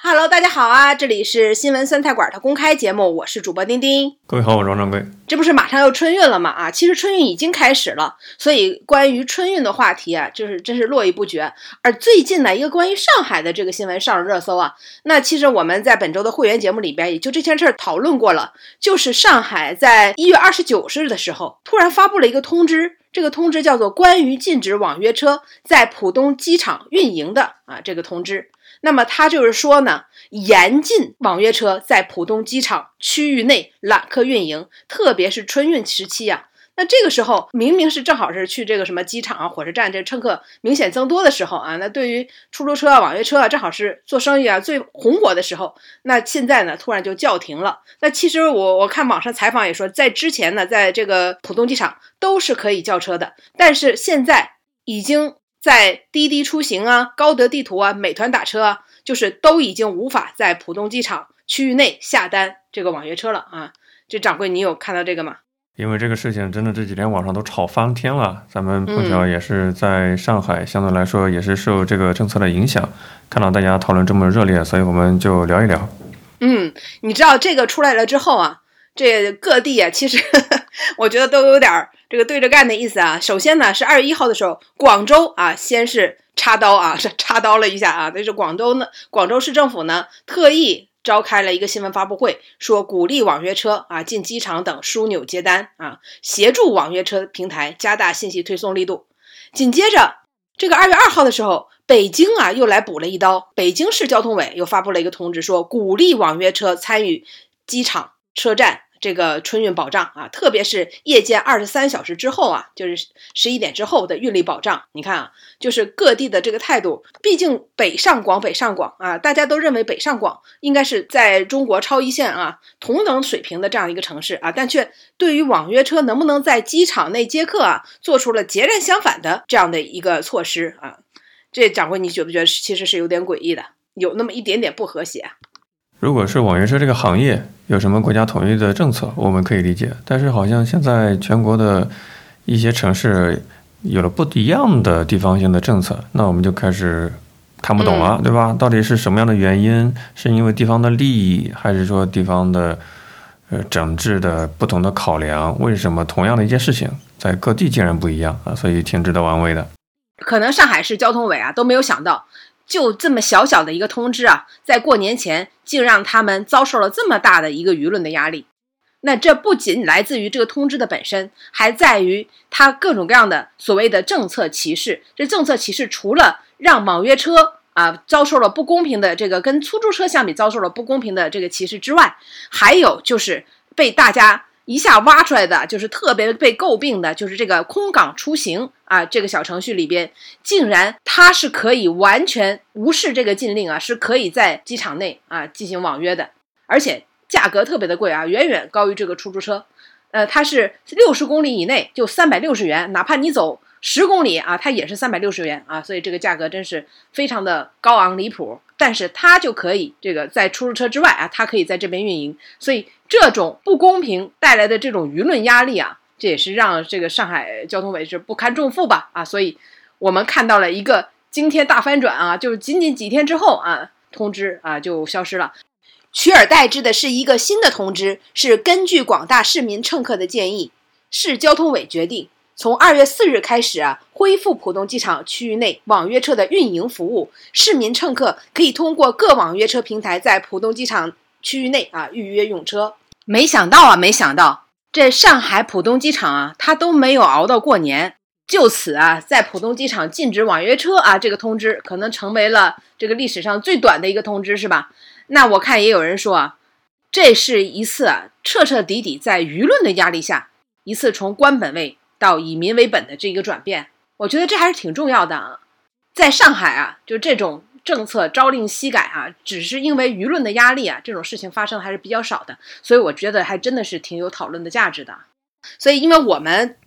Hello， 大家好啊！这里是新闻酸菜馆的公开节目，我是主播丁丁。 各位好，我是王掌柜。 这不是马上要春运了吗？啊，其实春运已经开始了，所以关于春运的话题啊，真是络绎不绝。而最近呢，一个关于上海的这个新闻上了热搜啊。那其实我们在本周的会员节目里边也就这件事讨论过了，就是上海在1月29日的时候突然发布了一个通知。这个通知叫做关于禁止网约车在浦东机场运营的这个通知。那么它就是说呢，严禁网约车在浦东机场区域内揽客运营，特别是春运时期啊。那这个时候明明是正好是去这个什么机场啊、火车站，这乘客明显增多的时候啊，那对于出租车啊、网约车啊，正好是做生意啊最红火的时候。那现在呢，突然就叫停了。那其实我看网上采访也说，在之前呢，在这个浦东机场都是可以叫车的，但是现在已经在滴滴出行啊、高德地图啊、美团打车啊，就是都已经无法在浦东机场区域内下单这个网约车了啊。这掌柜，你有看到这个吗？ 因为这个事情真的这几天网上都吵翻天了，咱们碰巧也是在上海，相对来说也是受这个政策的影响，看到大家讨论这么热烈，所以我们就聊一聊。 你知道这个出来了之后啊，这各地啊，其实我觉得都有点这个对着干的意思啊。首先呢，是2月1号的时候，广州啊先是插刀了一下啊，但是广州市政府呢特意召开了一个新闻发布会，说鼓励网约车进机场等枢纽接单协助网约车平台加大信息推送力度。紧接着这个2月2号的时候，北京又来补了一刀，北京市交通委又发布了一个通知，说鼓励网约车参与机场车站这个春运保障特别是夜间23小时之后就是11点之后的运力保障。你看就是各地的这个态度，毕竟北上广大家都认为北上广应该是在中国超一线同等水平的这样一个城市但却对于网约车能不能在机场内接客做出了截然相反的这样的一个措施这掌柜，你觉不觉得其实是有点诡异的，有那么一点点不和谐如果是网约车这个行业有什么国家统一的政策，我们可以理解，但是好像现在全国的一些城市有了不一样的地方性的政策，那我们就开始看不懂了，对吧？到底是什么样的原因？是因为地方的利益，还是说地方的整治的不同的考量？为什么同样的一件事情在各地竟然不一样所以挺值得玩味的。 可能上海市交通委都没有想到，就这么小小的一个通知在过年前竟让他们遭受了这么大的一个舆论的压力。那这不仅来自于这个通知的本身，还在于它各种各样的所谓的政策歧视。这政策歧视除了让网约车遭受了不公平的这个跟出租车相比遭受了不公平的这个歧视之外，还有就是被大家一下挖出来的，就是特别被诟病的，就是这个空港出行这个小程序里边，竟然它是可以完全无视这个禁令是可以在机场内进行网约的，而且价格特别的贵远远高于这个出租车。它是60公里以内就360元，哪怕你走10公里它也是360元所以这个价格真是非常的高昂离谱。但是它就可以这个在出租车之外它可以在这边运营，所以这种不公平带来的这种舆论压力这也是让这个上海交通委是不堪重负吧所以我们看到了一个惊天大翻转就是仅仅几天之后通知就消失了。取而代之的是一个新的通知，是根据广大市民乘客的建议，市交通委决定从2月4日开始恢复浦东机场区域内网约车的运营服务。市民乘客可以通过各网约车平台在浦东机场区域内预约用车。没想到这上海浦东机场它都没有熬到过年，就此在浦东机场禁止网约车这个通知可能成为了这个历史上最短的一个通知，是吧？那我看也有人说这是一次彻彻底底在舆论的压力下一次从官本位到以民为本的这个转变。我觉得这还是挺重要的在上海就这种政策朝令夕改只是因为舆论的压力这种事情发生还是比较少的，所以我觉得还真的是挺有讨论的价值的。所以因为我们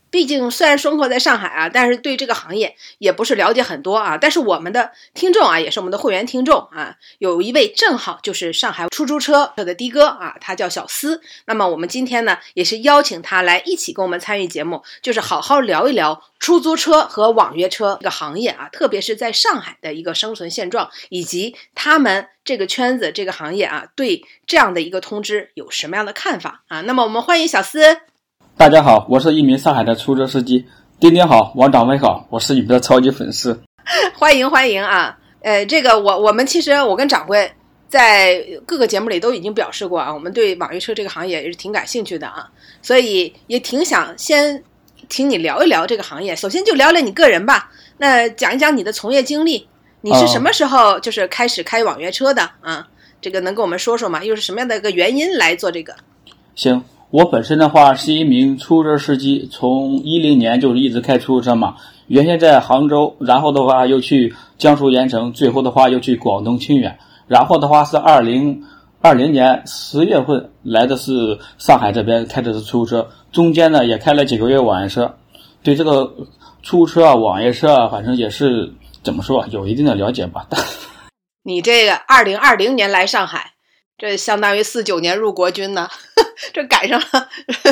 毕竟虽然生活在上海啊，但是对这个行业也不是了解很多啊。但是我们的听众啊，也是我们的会员听众啊，有一位正好就是上海出租车的的哥啊，他叫小思。那么我们今天呢，也是邀请他来一起跟我们参与节目，就是好好聊一聊出租车和网约车这个行业啊，特别是在上海的一个生存现状，以及他们这个圈子这个行业啊，对这样的一个通知有什么样的看法啊？那么我们欢迎小思。 大家好，我是一名上海的出租车司机。丁丁好，王掌柜好，我是你们的超级粉丝。 欢迎啊！这个我们其实我跟掌柜在各个节目里都已经表示过啊，我们对网约车这个行业也是挺感兴趣的啊，所以也挺想先听你聊一聊这个行业。首先就聊聊你个人吧，那讲一讲你的从业经历，你是什么时候就是开始开网约车的啊？这个能跟我们说说吗？又是什么样的一个原因来做这个？ 行。我本身的话是一名出租车司机，从10年就一直开出租车嘛。原先在杭州，然后的话又去江苏盐城，最后的话又去广东清远，然后的话是2020年10月份来的是上海这边开的是出租车，中间呢也开了几个月网约车。对这个出租车啊、网约车啊，反正也是怎么说，有一定的了解吧。 你这个2020年来上海，这相当于49年入国军呢。这赶上了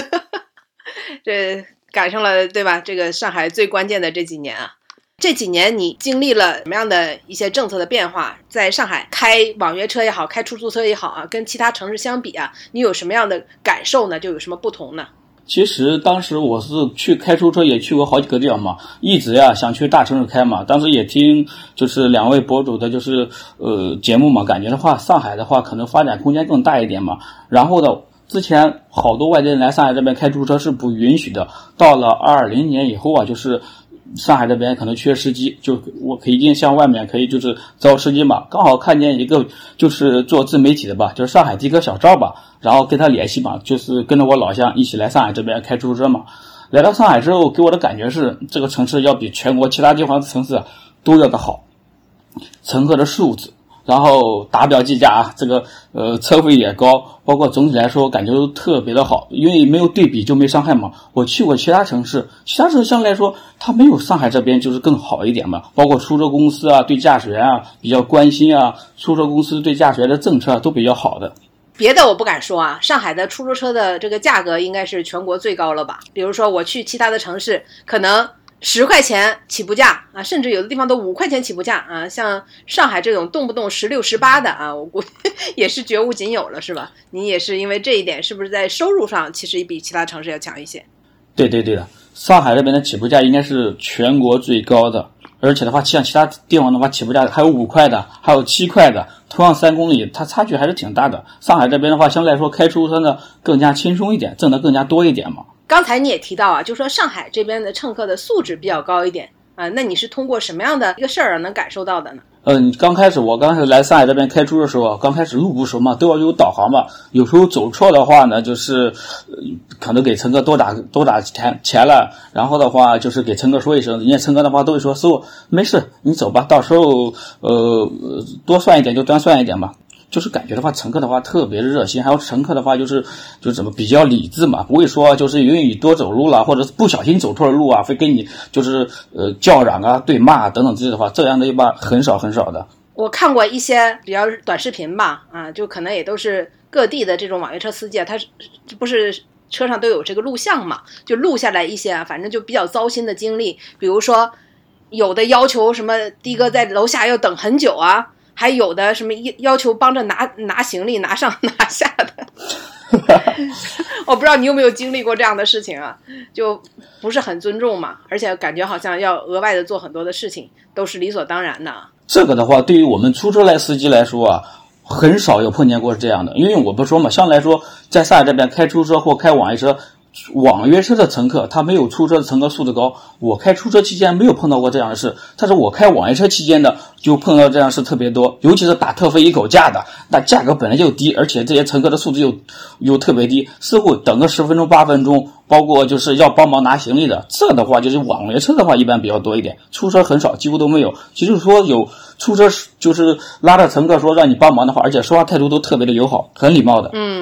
这赶上了对吧，这个上海最关键的这几年啊，这几年你经历了什么样的一些政策的变化？在上海开网约车也好，开出租车也好啊，跟其他城市相比啊，你有什么样的感受呢？就有什么不同呢？ 其实当时我是去开出租车，也去过好几个地方嘛，一直呀想去大城市开嘛。当时也听就是两位博主的就是节目嘛，感觉的话上海的话可能发展空间更大一点嘛。然后呢，之前好多外地人来上海这边开出租车是不允许的，到了2020年以后啊，就是上海这边可能缺司机，就我可以向外面可以就是招司机嘛。刚好看见一个就是做自媒体的吧，就是上海的哥小赵吧，然后跟他联系嘛，就是跟着我老乡一起来上海这边开出租车嘛。来到上海之后，给我的感觉是这个城市要比全国其他地方的城市都要的好，乘客的素质，然后打表计价啊，这个车费也高，包括总体来说感觉都特别的好，因为没有对比就没伤害嘛。我去过其他城市相对来说它没有上海这边就是更好一点嘛，包括出租车公司啊对驾驶员啊比较关心啊，出租车公司对驾驶员的政策啊都比较好的。 别的我不敢说啊，上海的出租车的这个价格应该是全国最高了吧？比如说我去其他的城市，可能10块钱起步价啊，甚至有的地方都5块钱起步价啊。像上海这种动不动16、18的啊，我估计也是绝无仅有了，是吧？你也是因为这一点，是不是在收入上其实比其他城市要强一些？ 对的，上海这边的起步价应该是全国最高的，而且的话，像其他地方的话，起步价还有5块的，还有7块的，同样3公里，它差距还是挺大的。上海这边的话，相对来说开出租车呢更加轻松一点，挣得更加多一点嘛。 刚才你也提到啊，就说上海这边的乘客的素质比较高一点啊，那你是通过什么样的一个事儿能感受到的呢？ 我刚开始来上海这边开出的时候，刚开始路不熟嘛，都要有导航嘛。有时候走错的话呢，就是可能给乘客多打钱了，然后的话就是给乘客说一声，人家乘客的话都会说师傅没事，你走吧，到时候多算一点就多算一点吧。就是感觉的话，乘客的话特别的热心，还有乘客的话就怎么比较理智嘛，不会说就是因为你多走路了，或者是不小心走错了路啊，会跟你就是叫嚷啊、对骂啊等等之类的话，这样的一般很少的。 我看过一些比较短视频吧，啊，就可能也都是各地的这种网约车司机啊，他不是车上都有这个录像嘛，就录下来一些啊，反正就比较糟心的经历，比如说有的要求什么的哥在楼下要等很久啊。还有的什么要求帮着拿行李拿上拿下的我不知道你有没有经历过这样的事情啊，就不是很尊重嘛，而且感觉好像要额外的做很多的事情都是理所当然的。 这个的话对于我们出租车司机来说啊，很少有碰见过这样的，因为我不说嘛，相对来说在上海这边开出租车或开网约车，网约车的乘客他没有出租车的乘客素质高，我开出租车期间没有碰到过这样的事，但是我开网约车期间的就碰到这样的事特别多，尤其是打特费一口价的，那价格本来就低，而且这些乘客的素质又特别低，似乎等个10分钟8分钟，包括就是要帮忙拿行李的，这的话就是网约车的话一般比较多一点，出租车很少，几乎都没有。其实说有出租车就是拉着乘客说让你帮忙的话，而且说话态度都特别的友好，很礼貌的。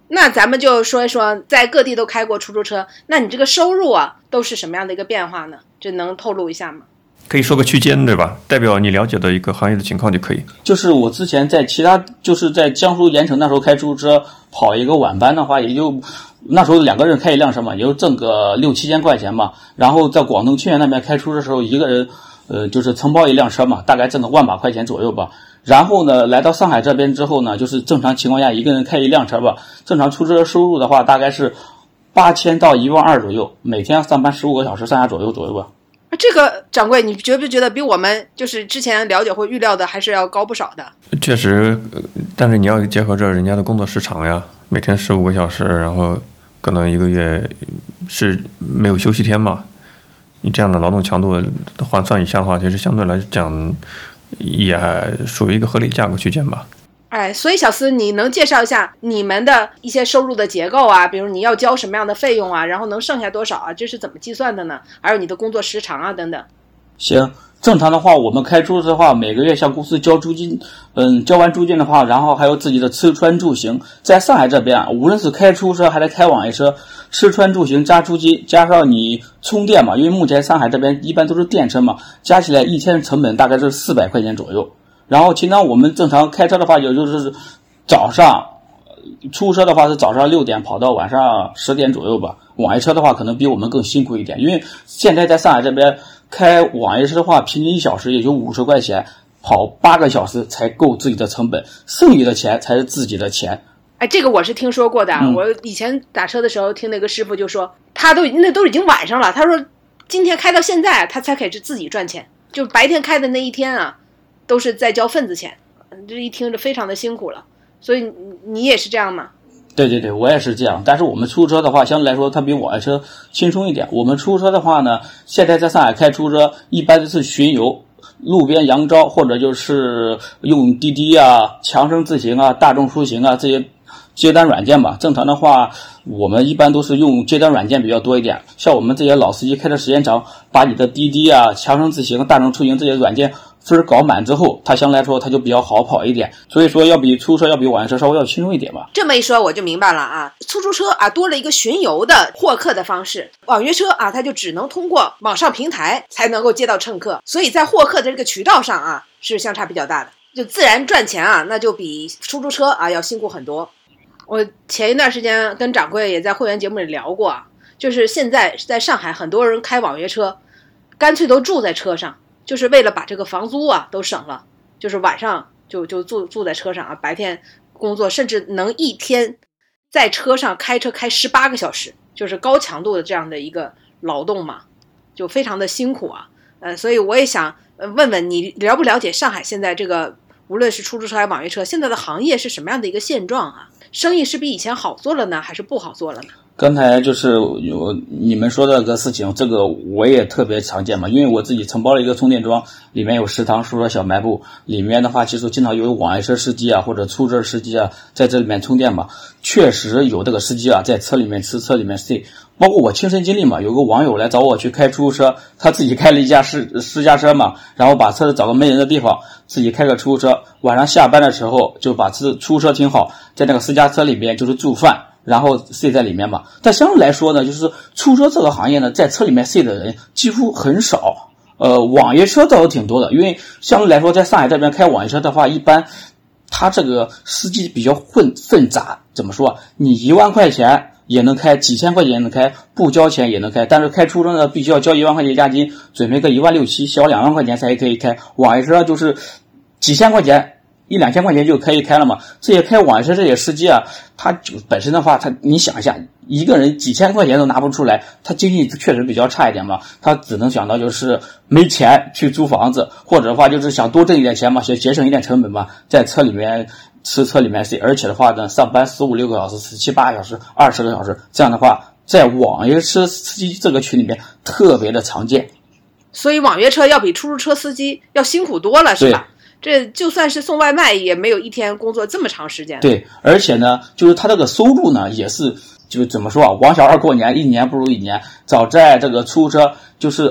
那咱们就说一说，在各地都开过出租车，那你这个收入啊，都是什么样的一个变化呢？这能透露一下吗？ 可以说个区间，对吧？代表你了解的一个行业的情况就可以。 就是我之前在其他，就是在江苏盐城那时候开出租车跑一个晚班的话，也就那时候2个人开一辆车嘛，也就挣个6、7千块钱嘛。然后在广东清远那边开出租的时候，一个人就是承包一辆车嘛，大概挣个1万把块钱左右吧。然后呢，来到上海这边之后呢，就是正常情况下一个人开一辆车吧，正常出租车收入的话大概是8000到12000左右，每天上班15个小时上下左右吧。 这个掌柜，你觉不觉得比我们就是之前了解或预料的还是要高不少的？ 确实，但是你要结合着人家的工作时长呀，每天15个小时，然后可能1个月是没有休息天嘛，你这样的劳动强度换算一下的话，其实相对来讲也属于一个合理价格区间吧。 哎，所以小司，你能介绍一下你们的一些收入的结构啊？比如你要交什么样的费用啊，然后能剩下多少啊？这是怎么计算的呢？还有你的工作时长啊等等。 行，正常的话，我们开出租的话，每个月向公司交租金，交完租金的话，然后还有自己的吃穿住行。在上海这边啊，无论是开出租车还是开网约车，吃穿住行加租金，加上你充电嘛，因为目前上海这边一般都是电车嘛，加起来一天成本大概是400块钱左右。然后平常我们正常开车的话，也就是早上出车的话是早上6点跑到晚上10点左右吧。网约车的话可能比我们更辛苦一点，因为现在在上海这边开网约车的话，平均1小时也就50块钱，跑8个小时才够自己的成本，剩余的钱才是自己的钱。 哎，这个我是听说过的。我以前打车的时候听那个师傅就说，那都已经晚上了，他说今天开到现在他才开始自己赚钱，就白天开的那一天啊都是在交份子钱，这一听着非常的辛苦了。所以你也是这样吗？ 对，我也是这样。但是我们出租车的话，相对来说它比网约车轻松一点。我们出租车的话呢，现在在上海开出租车一般都是巡游、路边扬招，或者就是用滴滴啊、强生自行啊、大众出行啊这些接单软件吧。正常的话，我们一般都是用接单软件比较多一点。像我们这些老司机开的时间长，把你的滴滴啊、强生自行、大众出行这些软件分搞满之后，它相对来说它就比较好跑一点。所以说要比出租车要比网约车稍微要轻松一点吧。 这么一说我就明白了啊，出租车啊多了一个巡游的获客的方式，网约车啊它就只能通过网上平台才能够接到乘客，所以在获客的这个渠道上啊是相差比较大的，就自然赚钱啊那就比出租车啊要辛苦很多。我前一段时间跟掌柜也在会员节目里聊过啊，就是现在在上海很多人开网约车干脆都住在车上，就是为了把这个房租啊都省了，就是晚上就住在车上啊，白天工作，甚至能一天在车上开车开18个小时，就是高强度的这样的一个劳动嘛，就非常的辛苦啊。所以我也想问问你，了不了解上海现在这个无论是出租车还是网约车现在的行业是什么样的一个现状啊？生意是比以前好做了呢，还是不好做了呢？ 刚才就是你们说的这个事情，这个我也特别常见嘛，因为我自己承包了一个充电桩，里面有食堂、宿舍、小卖部，里面的话其实经常有网约车司机啊或者出租车司机啊在这里面充电嘛，确实有这个司机啊在车里面吃、车里面睡，包括我亲身经历嘛，有个网友来找我去开出租车，他自己开了一架私家车嘛，然后把车子找个没人的地方，自己开个出租车，晚上下班的时候就把出租车停好，在那个私家车里面就是住饭，然后睡在里面嘛。但相对来说呢，就是出租车这个行业呢，在车里面睡的人几乎很少。网约车倒是挺多的，因为相对来说，在上海这边开网约车的话，一般他这个司机比较混杂，怎么说？你1万块钱也能开，几千块钱也能开，不交钱也能开。但是开出租车呢，必须要交1万块钱押金，准备个1.6万7，小2万块钱才可以开。网约车就是几千块钱。1、2千块钱就可以开了嘛？这些开网约车这些司机啊，他就本身的话，你想一下，一个人几千块钱都拿不出来，他经济确实比较差一点嘛。他只能想到就是没钱去租房子，或者的话就是想多挣一点钱嘛，想节省一点成本嘛，在车里面吃、车里面睡。而且的话呢，上班15、16个小时、17、18个小时、20个小时，这样的话，在网约车司机这个群里面特别的常见。 所以网约车要比出租车司机要辛苦多了，是吧？这就算是送外卖也没有一天工作这么长时间。 对，而且呢，就是他这个收入呢，也是就怎么说啊，王小二过年，一年不如一年。早在这个出租车就是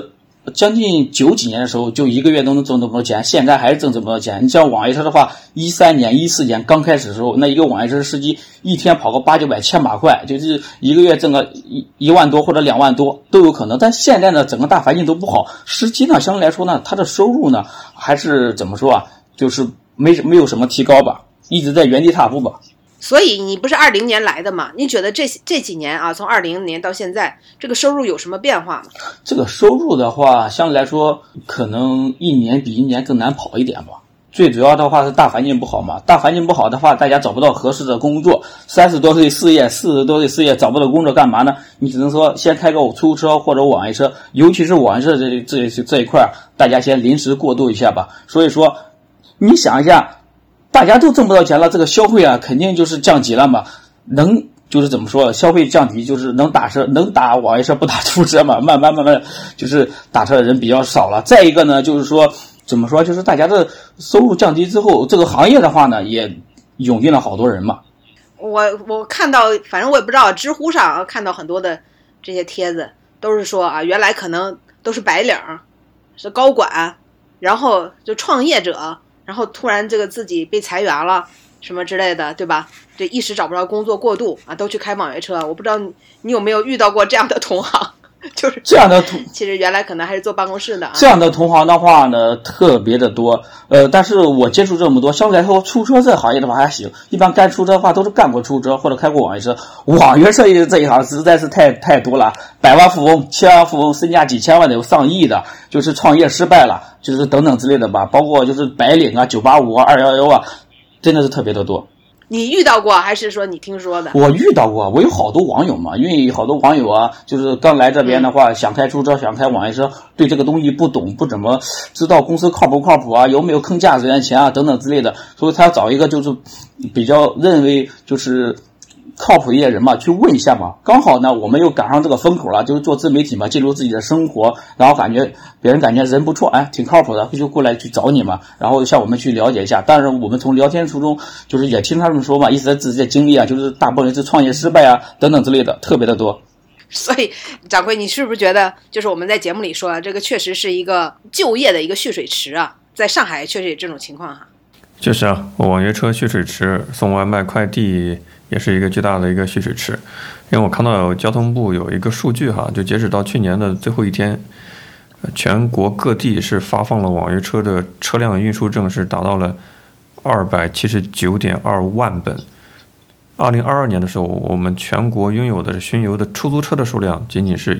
将近90几年的时候，就一个月都能挣这么多钱，现在还是挣这么多钱。你像网约车的话，13年、14年刚开始的时候，那一个网约车司机一天跑个8、9百、1000把块，就是一个月挣个1万多或者2万多都有可能。但现在呢，整个大环境都不好，司机呢相对来说呢，他的收入呢还是怎么说啊，就是没有什么提高吧，一直在原地踏步吧。 所以你不是20年来的吗？你觉得这几年啊，从20年到现在，这个收入有什么变化吗？ 这个收入的话，相对来说可能一年比一年更难跑一点吧。最主要的话是大环境不好嘛，大环境不好的话，大家找不到合适的工作，30多岁失业，40多岁失业，找不到工作干嘛呢？你只能说先开个出租车或者网约车，尤其是网约车这一块，大家先临时过渡一下吧。所以说，你想一下。大家都挣不到钱了，这个消费啊，肯定就是降级了嘛。就是怎么说，消费降级就是能打网约车不打出租车嘛。慢慢就是打车的人比较少了。再一个呢，就是说怎么说，就是大家的收入降低之后，这个行业的话呢，也涌进了好多人嘛。 我看到，反正我也不知道，知乎上看到很多的这些帖子，都是说啊，原来可能都是白领，是高管，然后就创业者。然后突然这个自己被裁员了什么之类的，对吧？这一时找不着工作过渡啊，都去开网约车。我不知道你有没有遇到过这样的同行，就是这样的其实原来可能还是坐办公室的啊。 这样的同行的话呢，特别的多。但是我接触这么多，相对来说，出租车这个行业的话还行。一般干出租车的话，都是干过出租车或者开过网约车。网约车这一行实在是太多了，百万富翁、千万富翁，身价几千万的有上亿的，就是创业失败了，就是等等之类的吧。包括就是白领啊、985啊、211啊，真的是特别的多。 你遇到过还是说你听说的？ 我遇到过，我有好多网友嘛，因为好多网友啊，就是刚来这边的话，想开出租车，想开网约车，对这个东西不懂，不怎么知道公司靠不靠谱啊，有没有坑驾驶员钱啊等等之类的，所以他找一个就是比较认为就是靠谱一些人嘛，去问一下嘛。刚好呢，我们又赶上这个风口了，就是做自媒体嘛，记录自己的生活，然后别人感觉人不错，哎，挺靠谱的，就过来去找你嘛，然后向我们去了解一下。当然，我们从聊天途中，就是也听他们说嘛，一直在自己的经历啊，就是大部分人是创业失败啊，等等之类的，特别的多。 所以，掌柜，你是不是觉得，就是我们在节目里说啊，这个确实是一个就业的一个蓄水池啊？在上海确实有这种情况哈。 确实啊，网约车蓄水池，送外卖快递也是一个巨大的一个蓄水池。因为我看到交通部有一个数据哈，就截止到去年的最后一天，全国各地是发放了网约车的车辆运输证是达到了279.2万本。2022年的时候，我们全国拥有的巡游的出租车的数量仅仅是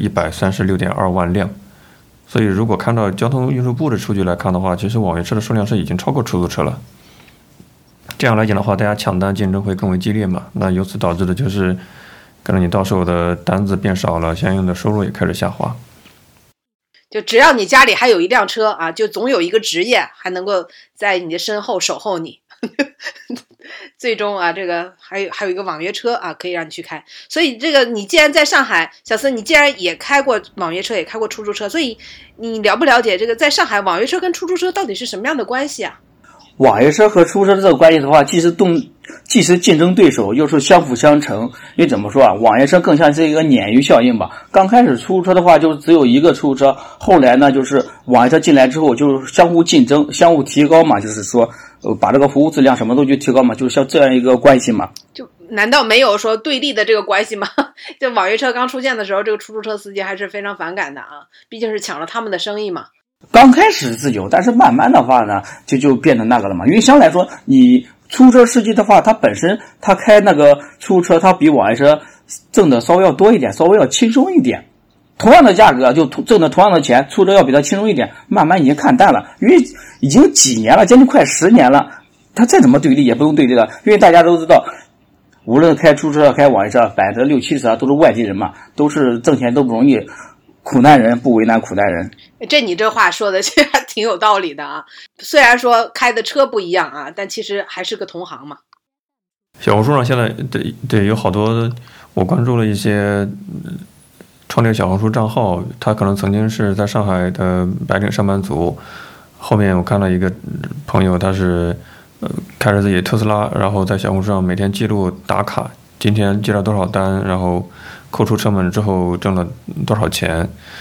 136.2万辆。所以如果看到交通运输部的数据来看的话，其实网约车的数量是已经超过出租车了。这样来讲的话，大家抢单竞争会更为激烈嘛？那由此导致的就是，可能你到手的单子变少了，相应的收入也开始下滑。 就只要你家里还有一辆车啊，就总有一个职业还能够在你的身后守候你。最终啊，这个还有一个网约车啊，可以让你去开。所以这个你既然在上海，小司你既然也开过网约车，也开过出租车，所以你了不了解这个在上海网约车跟出租车到底是什么样的关系啊？ 网约车和出租车这个关系的话，既是竞争对手，又是相辅相成。因为怎么说啊，网约车更像是一个鲶鱼效应吧。刚开始出租车的话，就只有一个出租车，后来呢，就是网约车进来之后，就是相互竞争、相互提高嘛，就是说，把这个服务质量什么都去提高嘛，就是像这样一个关系嘛。 就难道没有说对立的这个关系吗？就网约车刚出现的时候，这个出租车司机还是非常反感的啊，毕竟是抢了他们的生意嘛。 刚开始是有，但是慢慢的话呢，就变成那个了嘛。因为相对来说，你出租车司机的话，他本身他开那个出租车，他比网约车挣的稍微要多一点，稍微要轻松一点。同样的价格就挣的同样的钱，出租车要比他轻松一点。慢慢已经看淡了，因为已经几年了，将近快10年了，他再怎么对立也不用对立了，因为大家都知道，无论开出租车开网约车，60%-70%都是外地人嘛，都是挣钱都不容易。苦难人不为难苦难人， 你这话说的其实还挺有道理的啊。虽然说开的车不一样啊，但其实还是个同行嘛。 小红书上现在对有好多，我关注了一些创立小红书账号，他可能曾经是在上海的白领上班族，后面我看到一个朋友，他是开着自己的特斯拉，然后在小红书上每天记录打卡，今天接了多少单，然后扣除成本之后挣了多少钱。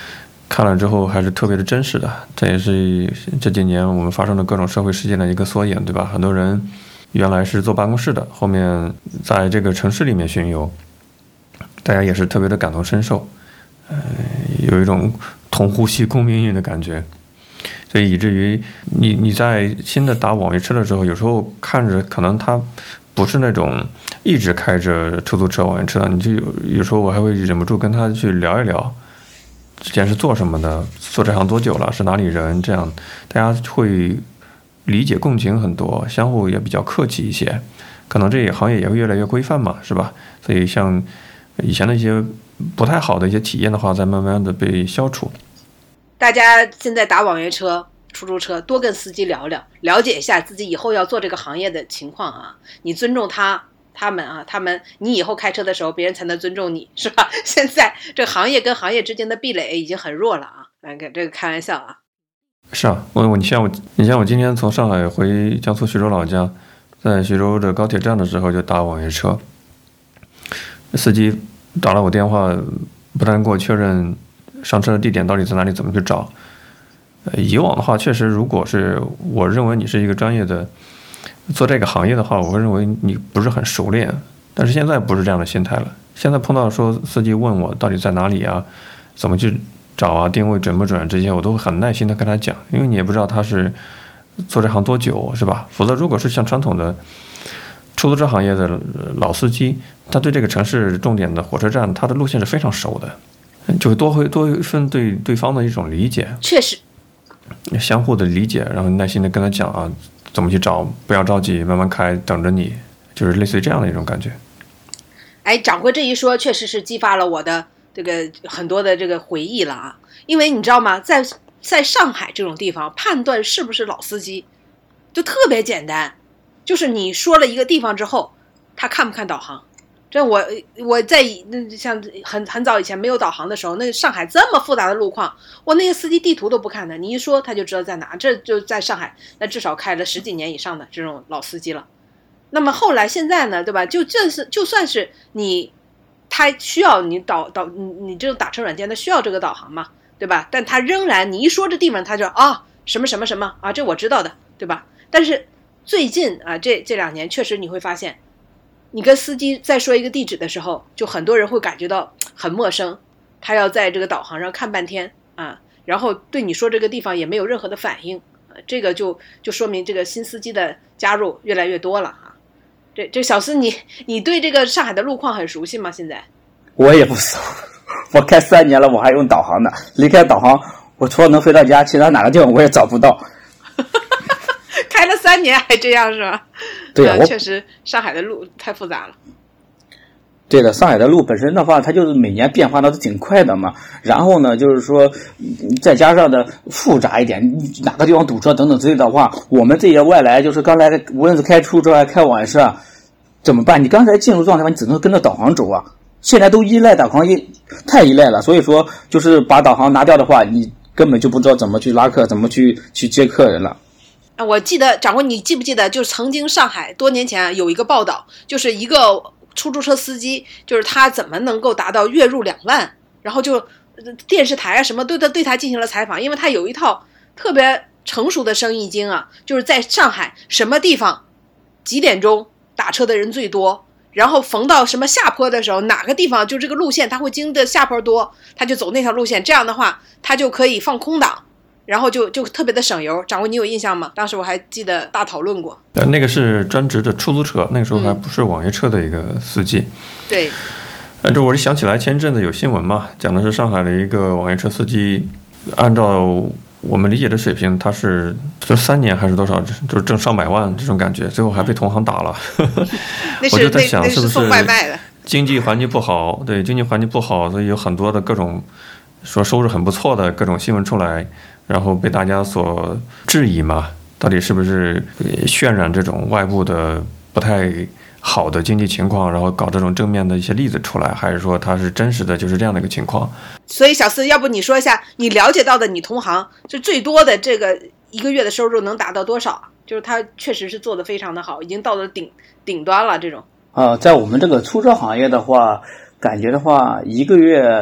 看了之后还是特别的真实的。这也是这几年我们发生的各种社会事件的一个缩影，对吧？很多人原来是坐办公室的，后面在这个城市里面巡游，大家也是特别的感同身受，有一种同呼吸共命运的感觉。所以以至于你在新的打网约车的时候，有时候看着可能他不是那种一直开着出租车网约车，你就有时候我还会忍不住跟他去聊一聊，之前是做什么的，做这行多久了，是哪里人，这样大家会理解共情很多，相互也比较客气一些，可能这个行业也会越来越规范嘛，是吧？所以像以前的一些不太好的一些体验的话，在慢慢的被消除。 大家现在打网约车、出租车，多跟司机聊聊，了解一下自己以后要做这个行业的情况啊。你尊重他们，你以后开车的时候，别人才能尊重你，是吧？现在这个行业跟行业之间的壁垒已经很弱了啊。这个开玩笑啊。 是啊，你像我今天从上海回江苏徐州老家，在徐州的高铁站的时候就打网约车，司机打了我电话，不但给我确认上车的地点到底在哪里，怎么去找。以往的话，确实，如果是我认为你是一个专业的做这个行业的话，我会认为你不是很熟练。但是现在不是这样的心态了。现在碰到说司机问我到底在哪里啊，怎么去找啊，定位准不准，这些我都会很耐心的跟他讲，因为你也不知道他是做这行多久，是吧？否则如果是像传统的出租车行业的老司机，他对这个城市重点的火车站，他的路线是非常熟的，就会多一份对对方的一种理解， 确实相互的理解，然后耐心的跟他讲啊，怎么去找，不要着急，慢慢开，等着你，就是类似于这样的一种感觉。 哎，掌柜这一说，确实是激发了我的这个很多的这个回忆了啊。因为你知道吗，在上海这种地方，判断是不是老司机就特别简单，就是你说了一个地方之后，他看不看导航。这我在像很早以前没有导航的时候，那上海这么复杂的路况，我那些司机地图都不看的，你一说他就知道在哪。这就在上海，那至少开了10几年以上的这种老司机了。那么后来现在呢，对吧？就算是他需要你你这种打车软件，它需要这个导航嘛，对吧？但他仍然你一说这地方，他就什么什么什么啊，这我知道的，对吧？但是最近啊，这2年确实你会发现，你跟司机在说一个地址的时候，就很多人会感觉到很陌生，他要在这个导航上看半天啊，然后对你说这个地方也没有任何的反应，这个就说明这个新司机的加入越来越多了啊。这小司你对这个上海的路况很熟悉吗？现在我也不熟，我开3年了，我还用导航呢。离开导航，我除了能回到家，其他哪个地方我也找不到。 开了3年还这样是吧？ 对啊， 确实上海的路太复杂了。 对的，上海的路本身的话，它就是每年变化的都挺快的嘛。然后呢，就是说再加上的复杂一点，哪个地方堵车等等之类的话，我们这些外来就是刚才无论是开出租车还开网约车，怎么办？你刚才进入状态，你只能跟着导航走啊。现在都依赖导航，太依赖了。所以说，就是把导航拿掉的话，你根本就不知道怎么去拉客，怎么去接客人了。 我记得掌柜，你记不记得，就是曾经上海多年前有一个报道，就是一个出租车司机，就是他怎么能够达到月入2万，然后就电视台啊什么对他进行了采访，因为他有一套特别成熟的生意经啊，就是在上海什么地方几点钟打车的人最多，然后逢到什么下坡的时候，哪个地方就这个路线他会经的下坡多，他就走那条路线，这样的话他就可以放空档，然后就特别的省油。掌柜你有印象吗？当时我还记得大讨论过。 那个是专职的出租车，那个时候还不是网约车的一个司机。 对。 这我是想起来前阵子有新闻嘛，讲的是上海的一个网约车司机，按照我们理解的水平，他是就3年还是多少，就是挣上百万这种感觉，最后还被同行打了。我就在想是不是经济环境不好，对，经济环境不好，所以有很多的各种说收入很不错的各种新闻出来，然后被大家所质疑嘛，到底是不是渲染这种外部的不太好的经济情况，然后搞这种正面的一些例子出来，还是说它是真实的就是这样的一个情况？ 所以小四，要不你说一下你了解到的你同行就最多的这个一个月的收入能达到多少？就是他确实是做得非常的好，已经到了顶端了这种。 在我们这个出租车行业的话，感觉的话，一个月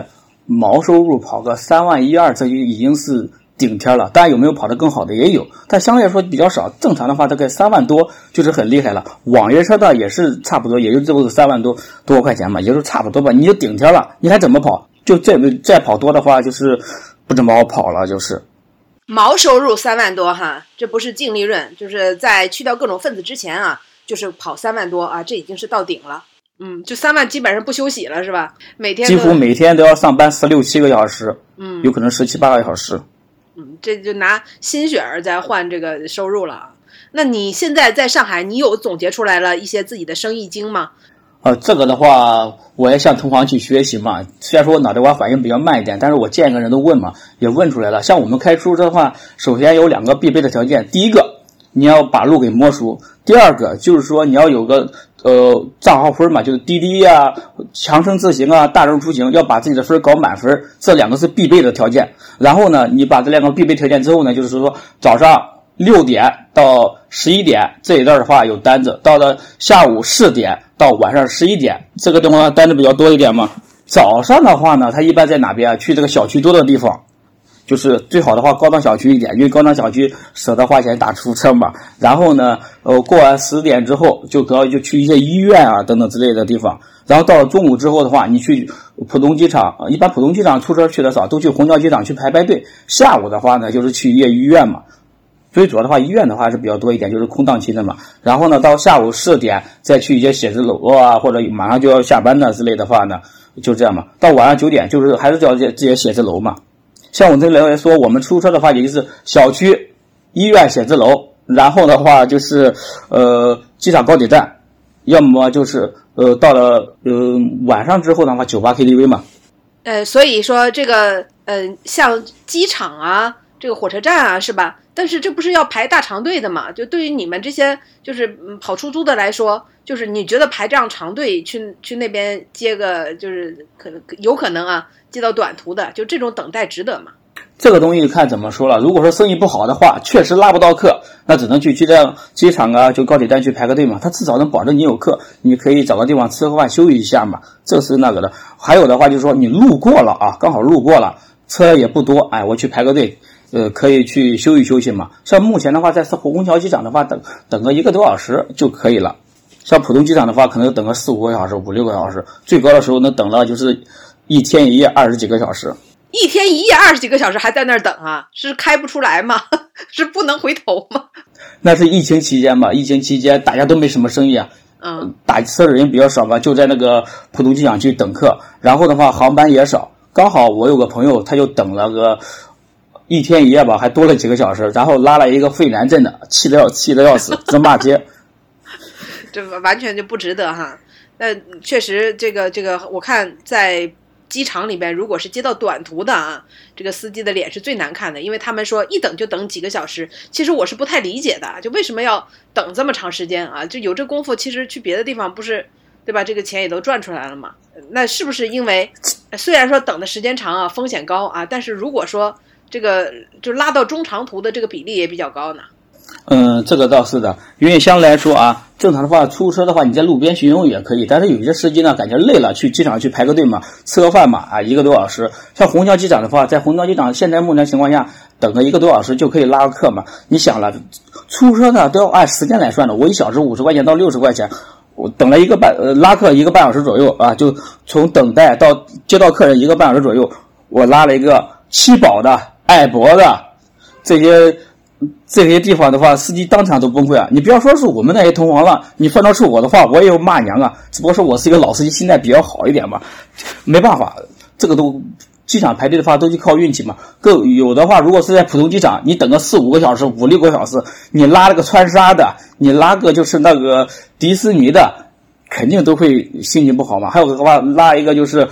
毛收入跑个3.1万2，这就已经是顶天了。当然有没有跑得更好的也有，但相对来说比较少。正常的话大概3万多就是很厉害了。网约车的也是差不多，也就这不3万多块钱嘛，也就差不多吧。你就顶天了，你还怎么跑？就再跑多的话，就是不怎么好跑了，就是。 毛收入3万多哈，这不是净利润，就是在去掉各种分子之前啊，就是跑3万多啊，这已经是到顶了。就3万基本上不休息了是吧？ 几乎每天都要上班16、17个小时，有可能17、18个小时。 这就拿薪水在换这个收入了。那你现在在上海，你有总结出来了一些自己的生意经吗？ 这个的话，我也向同行去学习嘛。虽然说我脑袋瓜反应比较慢一点，但是我见一个人都问嘛，也问出来了。像我们开出租车的话，首先有2个必备的条件。第一个，你要把路给摸熟；第二个，就是说你要有个账号分嘛，就是滴滴啊、强生自行啊、大众出行，要把自己的分搞满分，这2个是必备的条件。然后呢，你把这2个必备条件之后呢，就是说早上6点到11点这一段的话有单子，到了下午4点到晚上11点，这个地方单子比较多一点嘛。早上的话呢，它一般在哪边？去这个小区多的地方，就是最好的话高档小区一点，因为高档小区舍得花钱打出租车嘛。然后呢，过完10点之后就去一些医院啊等等之类的地方。然后到了中午之后的话，你去浦东机场，一般浦东机场出车去的少，都去虹桥机场去排队。下午的话呢，就是去一些医院嘛。最主要的话，医院的话是比较多一点，就是空档期的嘛。然后呢，到下午4点再去一些写字楼啊，或者马上就要下班的之类的话呢，就这样嘛。到晚上9点就是还是叫这些写字楼嘛。像我这里来说，我们出租车的话，也就是小区、医院、写字楼，然后的话就是机场高铁站，要么就是到了晚上之后的话，酒吧 KTV 嘛。 所以说这个像机场啊，这个火车站啊，是吧？但是这不是要排大长队的嘛？就对于你们这些就是跑出租的来说，就是你觉得排这样长队去那边接个，就是有可能啊接到短途的，就这种等待值得吗？ 这个东西看怎么说了。如果说生意不好的话，确实拉不到客，那只能去机场啊，就高铁站去排个队嘛。他至少能保证你有客，你可以找个地方吃个饭休息一下嘛，这是那个的。还有的话就是说你路过了啊，刚好路过了，车也不多，我去排个队。可以去休息休息嘛。像目前的话，在虹桥机场的话，等个1个多小时就可以了。像浦东机场的话，可能等个4、5个小时、5、6个小时，最高的时候能等到就是1天1夜20几个小时。 1天1夜20几个小时还在那儿等啊？是开不出来吗？是不能回头吗？ 那是疫情期间嘛，疫情期间大家都没什么生意啊。打车的人比较少嘛，就在那个浦东机场去等客。然后的话，航班也少。刚好我有个朋友，他就等了个1天1夜吧，还多了几个小时，然后拉了一个费南镇的，气得要死，直骂街。 这完全就不值得哈。确实这个我看在机场里边，如果是接到短途的啊，这个司机的脸是最难看的，因为他们说一等就等几个小时。其实我是不太理解的，就为什么要等这么长时间啊？就有这功夫，其实去别的地方不是，对吧？这个钱也都赚出来了嘛。那是不是因为虽然说等的时间长啊，风险高啊，但是如果说这个就拉到中长途的这个比例也比较高呢？ 这个倒是的，因为相对来说啊，正常的话，出租车的话，你在路边巡游也可以，但是有些司机呢，感觉累了，去机场去排个队嘛，吃个饭嘛，1个多小时。像虹桥机场的话，在虹桥机场现在目前情况下，等个1个多小时就可以拉个客嘛。你想了，出租车呢都要按时间来算的，我1小时50块钱到60块钱。我等了拉客1个半小时左右啊，就从等待到接到客人1个半小时左右，我拉了一个七宝的、爱博的这些地方的话，司机当场都崩溃啊！你不要说是我们那些同行了，你换到是我的话，我也有骂娘啊。只不过说我是一个老司机，心态比较好一点嘛，没办法，这个都机场排队的话都是靠运气嘛。有的话，如果是在浦东机场，你等个4、5个小时、5、6个小时，你拉了个川沙的，你拉个就是那个迪士尼的，肯定都会心情不好嘛。还有的话，拉一个就是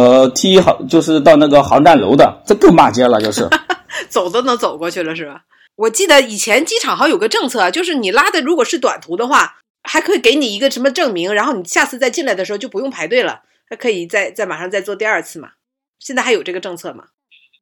T1航，就是到那个航站楼的，这更骂街了，就是走都能走过去了是吧？我记得以前机场好像有个政策，就是你拉的如果是短途的话，还可以给你一个什么证明，然后你下次再进来的时候就不用排队了，还可以再马上再做第2次嘛。现在还有这个政策吗？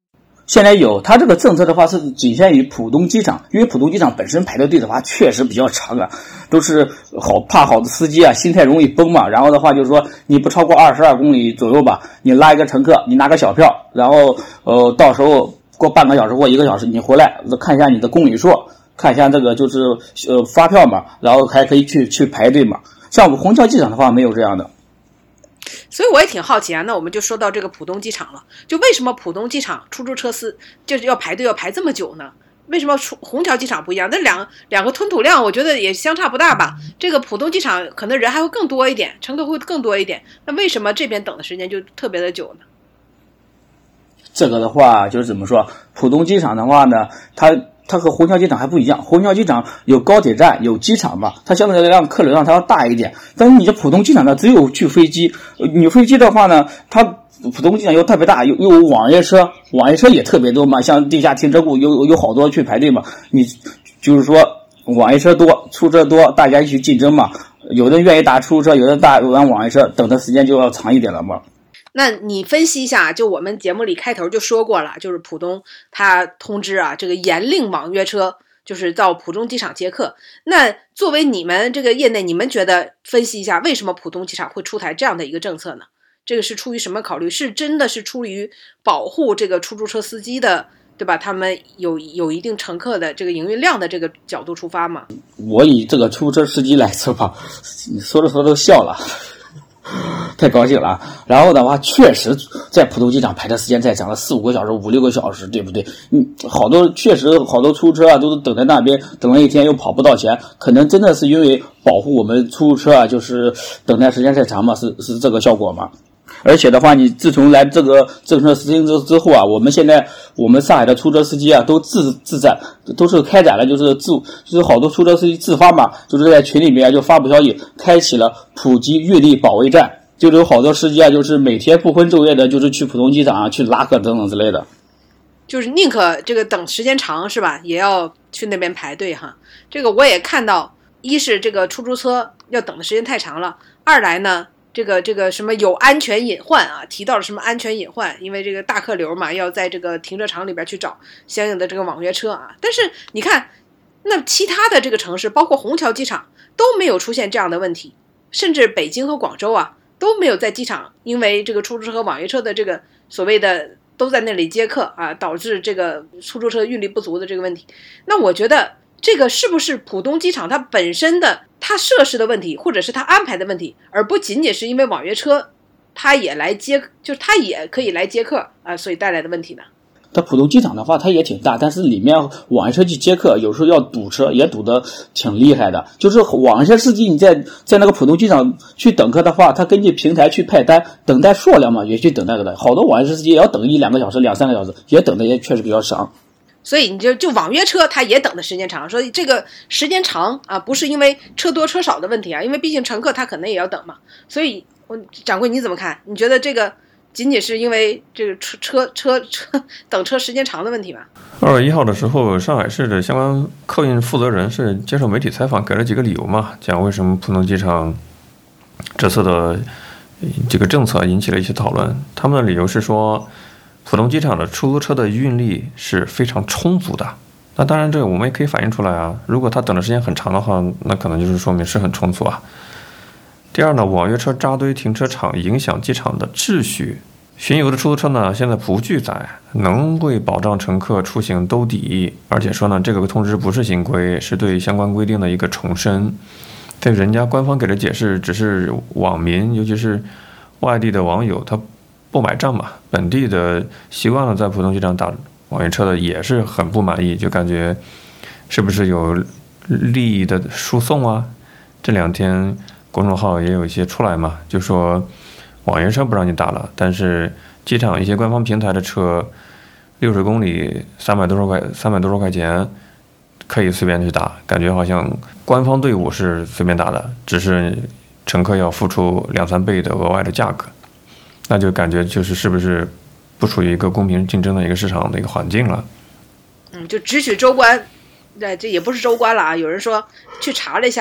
现在有，它这个政策的话是仅限于浦东机场，因为浦东机场本身排的队的话确实比较长啊，都是怕好的司机啊，心态容易崩嘛。然后的话就是说，你不超过22公里左右吧，你拉一个乘客，你拿个小票，然后到时候过半个小时或1个小时，你回来看一下你的公里数，看一下这个就是发票嘛，然后还可以去排队嘛。像我们虹桥机场的话没有这样的。 所以我也挺好奇啊，那我们就说到这个浦东机场了，就为什么浦东机场出租车就是要排队要排这么久呢？为什么虹桥机场不一样？那两个吞吐量我觉得也相差不大吧，这个浦东机场可能人还会更多一点，乘客会更多一点，那为什么这边等的时间就特别的久呢？ 这个的话就是怎么说，浦东机场的话呢，它和虹桥机场还不一样，虹桥机场有高铁站有机场嘛，它相对来讲客流量它要大一点，但是你这浦东机场呢只有去飞机，你飞机的话呢，它浦东机场又特别大，又有网约车也特别多嘛，像地下停车库有好多去排队嘛，你就是说网约车多出租车多，大家一起竞争嘛，有的愿意打出租车，有的玩网约车，等的时间就要长一点了嘛。 那你分析一下，就我们节目里开头就说过了，就是浦东它通知啊，这个严令网约车就是到浦东机场接客。那作为你们这个业内，你们觉得分析一下，为什么浦东机场会出台这样的一个政策呢？这个是出于什么考虑？是真的是出于保护这个出租车司机的，对吧？他们有一定乘客的这个营运量的这个角度出发吗？ 我以这个出租车司机来说吧，你说着说着都笑了。太高兴了，然后的话，确实在浦东机场排的时间太长了，4-5个小时、5-6个小时，对不对？确实好多出租车啊，都是等在那边，等了一天又跑不到钱，可能真的是因为保护我们出租车啊，就是等待时间太长嘛，是这个效果嘛。而且的话，你自从来这个政策实行之后啊，我们上海的出租车司机啊，都自战，都是开展了就是好多出租车司机自发嘛，就是在群里面就发布消息，开启了普及运力保卫战，就是有好多司机啊，就是每天不分昼夜的，就是去浦东机场啊，去拉客等等之类的。 就是宁可这个等时间长是吧，也要去那边排队哈。这个我也看到，一是这个出租车要等的时间太长了，二来呢。这个什么有安全隐患啊？提到了什么安全隐患？因为这个大客流嘛，要在这个停车场里边去找相应的这个网约车啊。但是你看，那其他的这个城市，包括虹桥机场都没有出现这样的问题，甚至北京和广州啊都没有在机场因为这个出租车和网约车的这个所谓的都在那里接客啊，导致这个出租车运力不足的这个问题。那我觉得这个是不是浦东机场它本身的它设施的问题，或者是它安排的问题，而不仅仅是因为网约车它也来接，就是它也可以来接客啊，所以带来的问题呢？ 它浦东机场的话，它也挺大，但是里面网约车去接客，有时候要堵车，也堵得挺厉害的。就是网约车司机你在那个浦东机场去等客的话，他根据平台去派单，等待数量嘛，也去等待的。好多网约车司机也要等1-2个小时、2-3个小时，也等的也确实比较长。 所以你就网约车它也等的时间长，所以这个时间长啊，不是因为车多车少的问题啊，因为毕竟乘客他可能也要等嘛。所以掌柜你怎么看？你觉得这个仅仅是因为这个车等车时间长的问题吗 ？2月1号的时候，上海市的相关客运负责人是接受媒体采访，给了几个理由嘛，讲为什么浦东机场这次的这个政策引起了一些讨论。他们的理由是说，浦东机场的出租车的运力是非常充足的。那当然，这个我们也可以反映出来啊。如果他等的时间很长的话，那可能就是说明是很充足啊。第二呢，网约车扎堆停车场影响机场的秩序。巡游的出租车呢，现在不拒载，能为保障乘客出行兜底。而且说呢，这个通知不是新规，是对相关规定的一个重申。对人家官方给的解释，只是网民，尤其是外地的网友，他不买账嘛，本地的习惯了在浦东机场打网约车的也是很不满意，就感觉是不是有利益的输送啊？这2天公众号也有一些出来嘛，就说网约车不让你打了，但是机场一些官方平台的车60公里300多少块钱可以随便去打，感觉好像官方队伍是随便打的，只是乘客要付出2-3倍的额外的价格。那就感觉是不是不处于一个公平竞争的一个市场的一个环境了？ 就只许州官，这也不是州官了啊。有人说去查了一下，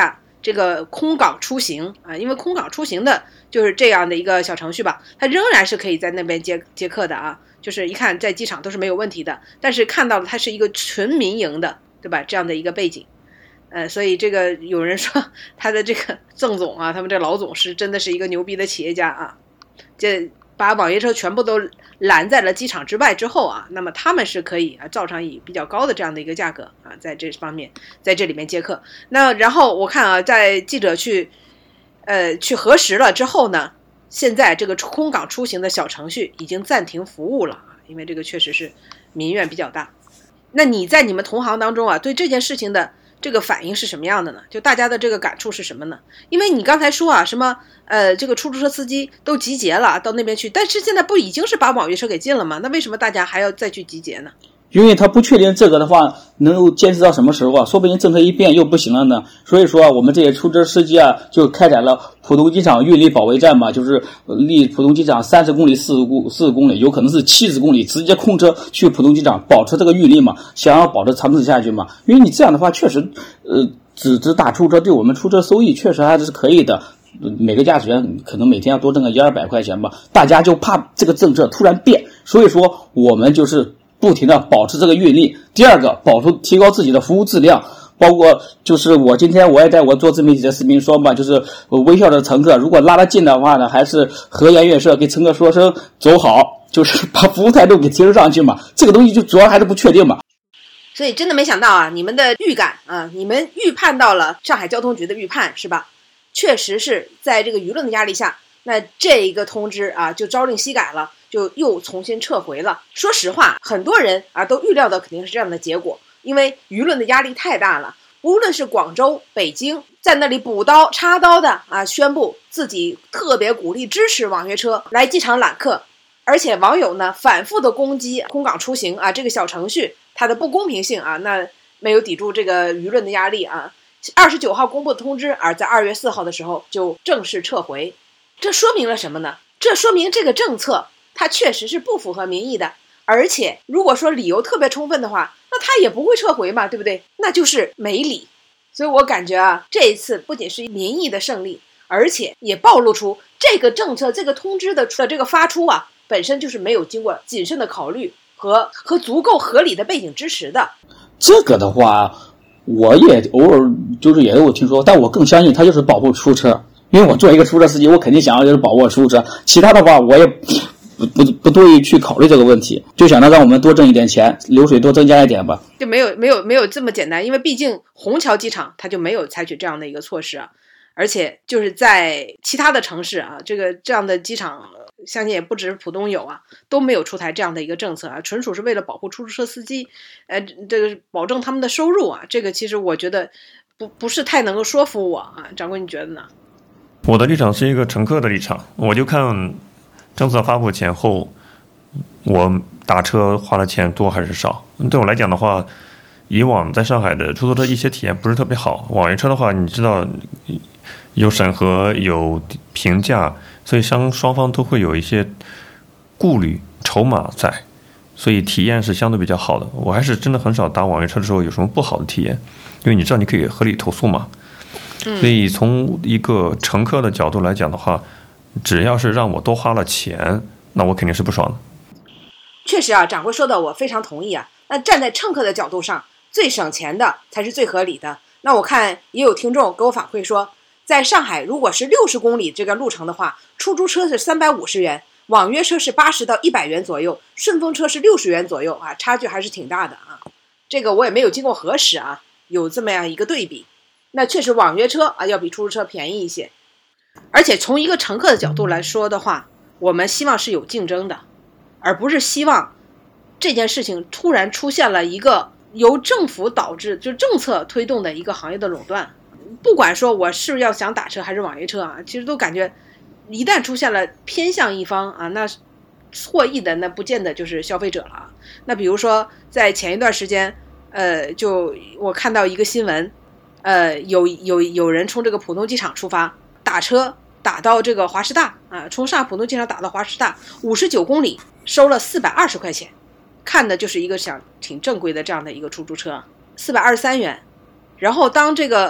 这个空港出行啊，因为空港出行的就是这样的一个小程序吧，它仍然是可以在那边接客的啊，就是一看在机场都是没有问题的，但是看到了它是一个纯民营的，对吧？这样的一个背景。所以这个有人说他的这个郑总啊，他们这老总是真的是一个牛逼的企业家啊，这把网约车全部都拦在了机场之外之后啊，那么他们是可以照常以比较高的这样的一个价格啊，在这方面在这里面接客。那然后我看啊，在记者去核实了之后呢，现在这个空港出行的小程序已经暂停服务了啊，因为这个确实是民怨比较大。那你在你们同行当中啊，对这件事情的这个反应是什么样的呢？就大家的这个感触是什么呢？因为你刚才说啊，什么这个出租车司机都集结了到那边去，但是现在不已经是把网约车给禁了吗？那为什么大家还要再去集结呢？ 因为他不确定这个的话能够坚持到什么时候啊，说不定政策一变又不行了呢。所以说我们这些出租车司机啊，就开展了浦东机场运力保卫战嘛，就是离浦东机场30公里、40公里，有可能是70公里，直接空车去浦东机场，保持这个运力嘛，想要保持长治下去嘛。因为你这样的话，确实只打出租车对我们出租车收益确实还是可以的。每个驾驶员可能每天要多挣个100-200块钱吧，大家就怕这个政策突然变，所以说我们就是不停的保持这个运力。第二个，提高自己的服务质量，包括就是我今天我也在我做自媒体的视频说嘛，就是微笑的乘客如果拉得近的话呢，还是和颜悦色给乘客说声走好，就是把服务态度给提升上去嘛。这个东西就主要还是不确定嘛。 所以真的没想到啊，你们的预感啊，你们预判到了上海交通局的预判是吧？确实是在这个舆论的压力下，那这一个通知啊就朝令夕改了，就又重新撤回了。说实话，很多人啊都预料到肯定是这样的结果，因为舆论的压力太大了。无论是广州、北京，在那里补刀插刀的啊，宣布自己特别鼓励支持网约车来机场揽客，而且网友呢反复的攻击空港出行啊这个小程序它的不公平性啊，那没有抵住这个舆论的压力啊。29号公布的通知，而在2月4号的时候就正式撤回。这说明了什么呢？这说明这个政策它确实是不符合民意的，而且如果说理由特别充分的话，那他也不会撤回嘛，对不对？那就是没理。所以我感觉啊，这一次不仅是民意的胜利，而且也暴露出这个政策这个通知的这个发出啊，本身就是没有经过谨慎的考虑和足够合理的背景支持的。 这个的话我也偶尔就是也有听说，但我更相信它就是保护出租车，因为我作为一个出租车司机，我肯定想要就是保护出租车，其他的话我也不多于去考虑这个问题，就想着让我们多挣一点钱，流水多增加一点吧。 就没有这么简单，因为毕竟虹桥机场它就没有采取这样的一个措施啊，而且就是在其他的城市啊，这样的机场相信也不止浦东有啊，都没有出台这样的一个政策啊，纯属是为了保护出租车司机，这个保证他们的收入啊，这个其实我觉得不是太能够说服我啊，掌柜你觉得呢？ 我的立场是一个乘客的立场，我就看政策发布前后，我打车花的钱多还是少。对我来讲的话，以往在上海的出租车一些体验不是特别好，网约车的话你知道有审核有评价，所以双方都会有一些顾虑筹码在，所以体验是相对比较好的。我还是真的很少打网约车的时候有什么不好的体验，因为你知道你可以合理投诉嘛。所以从一个乘客的角度来讲的话，只要是让我多花了钱，那我肯定是不爽的。 确实啊，掌柜说的我非常同意啊。那站在乘客的角度上，最省钱的才是最合理的。那我看也有听众给我反馈说，在上海如果是60公里这个路程的话，出租车是350元，网约车是80到100元左右，顺风车是60元左右啊，差距还是挺大的啊。这个我也没有经过核实啊，有这么样一个对比。那确实网约车啊要比出租车便宜一些，而且从一个乘客的角度来说的话，我们希望是有竞争的，而不是希望这件事情突然出现了一个由政府导致就政策推动的一个行业的垄断。不管说我是要想打车还是网约车啊，其实都感觉一旦出现了偏向一方啊，那获益的那不见得就是消费者了。那比如说在前一段时间就我看到一个新闻，有人从这个浦东机场出发，打车打到这个华师大啊，从上海浦东机场打到华师大59公里，收了420块钱，看的就是一个挺正规的这样的一个出租车，423元。然后当这个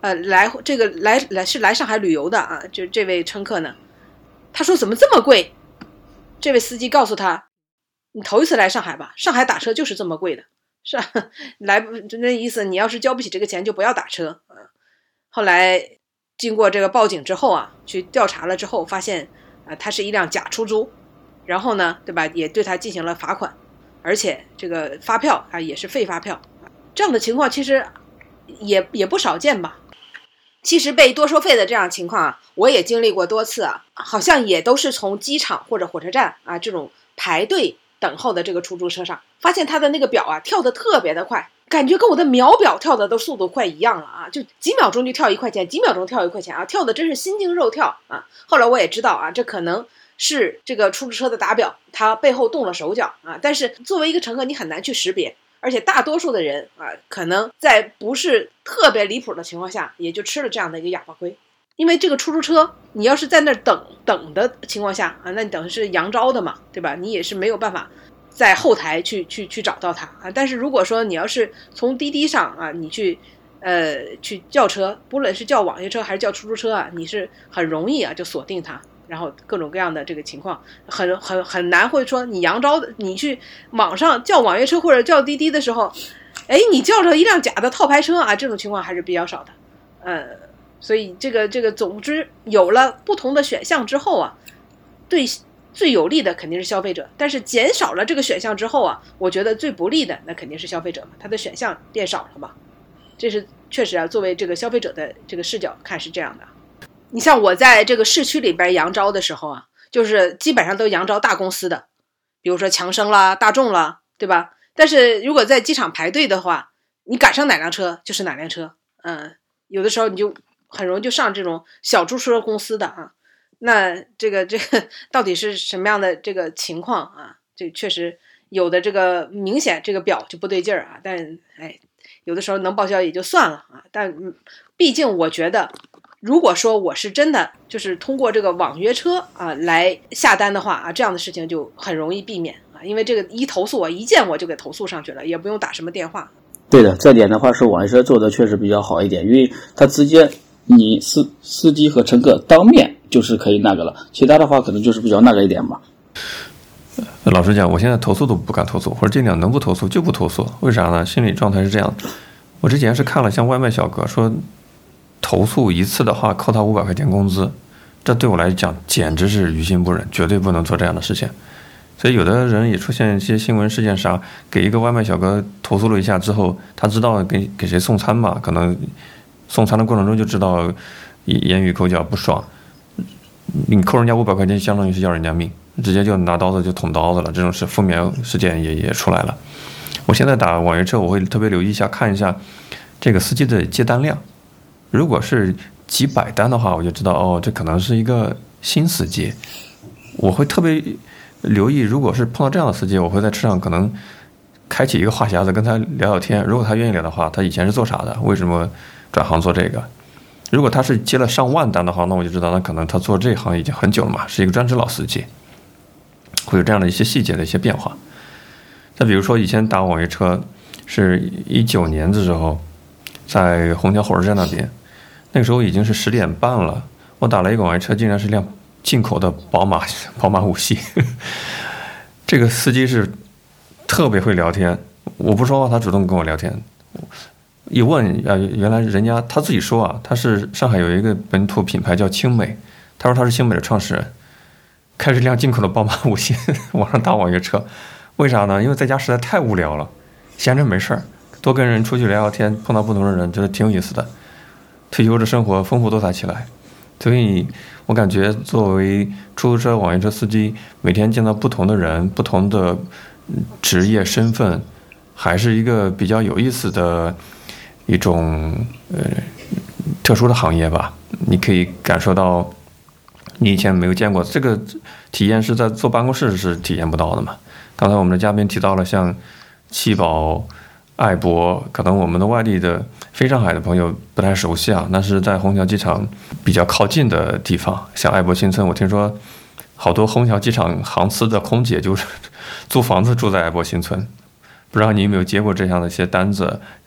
来上海旅游的啊，就这位乘客呢，他说怎么这么贵？这位司机告诉他，你头一次来上海吧，上海打车就是这么贵的，是吧？那意思你要是交不起这个钱就不要打车啊。后来经过这个报警之后啊，去调查了之后发现它是一辆假出租，然后呢，对吧，也对他进行了罚款，而且这个发票啊也是废发票，这样的情况其实也不少见吧。其实被多收费的这样情况啊，我也经历过多次啊，好像也都是从机场或者火车站啊这种排队等候的这个出租车上，发现他的那个表啊跳得特别的快，感觉跟我的秒表跳的都速度快一样了啊，就几秒钟就跳1块钱，几秒钟跳1块钱啊，跳的真是心惊肉跳啊。后来我也知道啊，这可能是这个出租车的打表，它背后动了手脚啊，但是作为一个乘客，你很难去识别。而且大多数的人啊，可能在不是特别离谱的情况下，也就吃了这样的一个哑巴亏。因为这个出租车，你要是在那等的情况下啊，那你等于是扬招的嘛，对吧？你也是没有办法在后台去找到它啊。但是如果说你要是从滴滴上啊，你去叫车，不论是叫网约车还是叫出租车啊，你是很容易啊就锁定它。然后各种各样的这个情况很难会说你扬招的，你去网上叫网约车或者叫滴滴的时候，你叫着一辆假的套牌车啊，这种情况还是比较少的。所以这个总之有了不同的选项之后啊，对最有利的肯定是消费者，但是减少了这个选项之后啊，我觉得最不利的那肯定是消费者嘛，他的选项变少了嘛，这是确实啊，作为这个消费者的这个视角看是这样的。你像我在这个市区里边扬招的时候啊，就是基本上都扬招大公司的，比如说强生啦、大众啦，对吧？但是如果在机场排队的话，你赶上哪辆车就是哪辆车，有的时候你就很容易就上这种小出租车公司的啊。那这个到底是什么样的这个情况啊？这确实有的这个明显这个表就不对劲儿啊，但有的时候能报销也就算了啊。但毕竟我觉得，如果说我是真的就是通过这个网约车啊来下单的话啊，这样的事情就很容易避免啊，因为这个一投诉我一见我就给投诉上去了，也不用打什么电话。 对的，这点的话是网约车做的确实比较好一点，因为它直接你司机和乘客当面就是可以那个了，其他的话可能就是比较那个一点吧。 老实讲，我现在投诉都不敢投诉，或者尽量能不投诉就不投诉。为啥呢？心理状态是这样，我之前是看了像外卖小哥说，投诉一次的话扣他500块钱工资，这对我来讲简直是于心不忍，绝对不能做这样的事情。所以有的人也出现一些新闻事件上，给一个外卖小哥投诉了一下之后，他知道给谁送餐嘛，可能送餐的过程中就知道言语口角不爽，你扣人家500块钱相当于是要人家命，直接就拿刀子就捅刀子了，这种负面事件也出来了。我现在打网约车，我会特别留意一下，看一下这个司机的接单量，如果是几百单的话，我就知道这可能是一个新司机。我会特别留意，如果是碰到这样的司机，我会在车上可能开启一个话匣子跟他聊聊天，如果他愿意聊的话，他以前是做啥的，为什么转行做这个。如果他是接了上万单的话，那我就知道那可能他做这行已经很久了嘛，是一个专职老司机，会有这样的一些细节的一些变化。再比如说以前打网约车是19年的时候，在虹桥火车站那边，那个时候已经是10点半了，我打了一个网约车，竟然是辆进口的宝马5系这个司机是特别会聊天，我不说话他主动跟我聊天，一问原来人家他自己说啊，他是上海有一个本土品牌叫青美，他说他是青美的创始人，开着一辆进口的宝马5系往上打网约车。为啥呢？因为在家实在太无聊了，闲着没事儿，多跟人出去聊聊天，碰到不同的人，觉得挺有意思的，退休的生活丰富多彩起来。所以我感觉作为出租车网约车司机，每天见到不同的人，不同的职业身份，还是一个比较有意思的一种特殊的行业吧。你可以感受到你以前没有见过，这个体验是在坐办公室是体验不到的嘛。刚才我们的嘉宾提到了像七宝、爱博，可能我们的外地的非上海的朋友不太熟悉啊，那是在虹桥机场比较靠近的地方。像爱博新村，我听说好多虹桥机场航司的空姐就是租房子住在爱博新村，不知道你有没有接过这样的一些单子，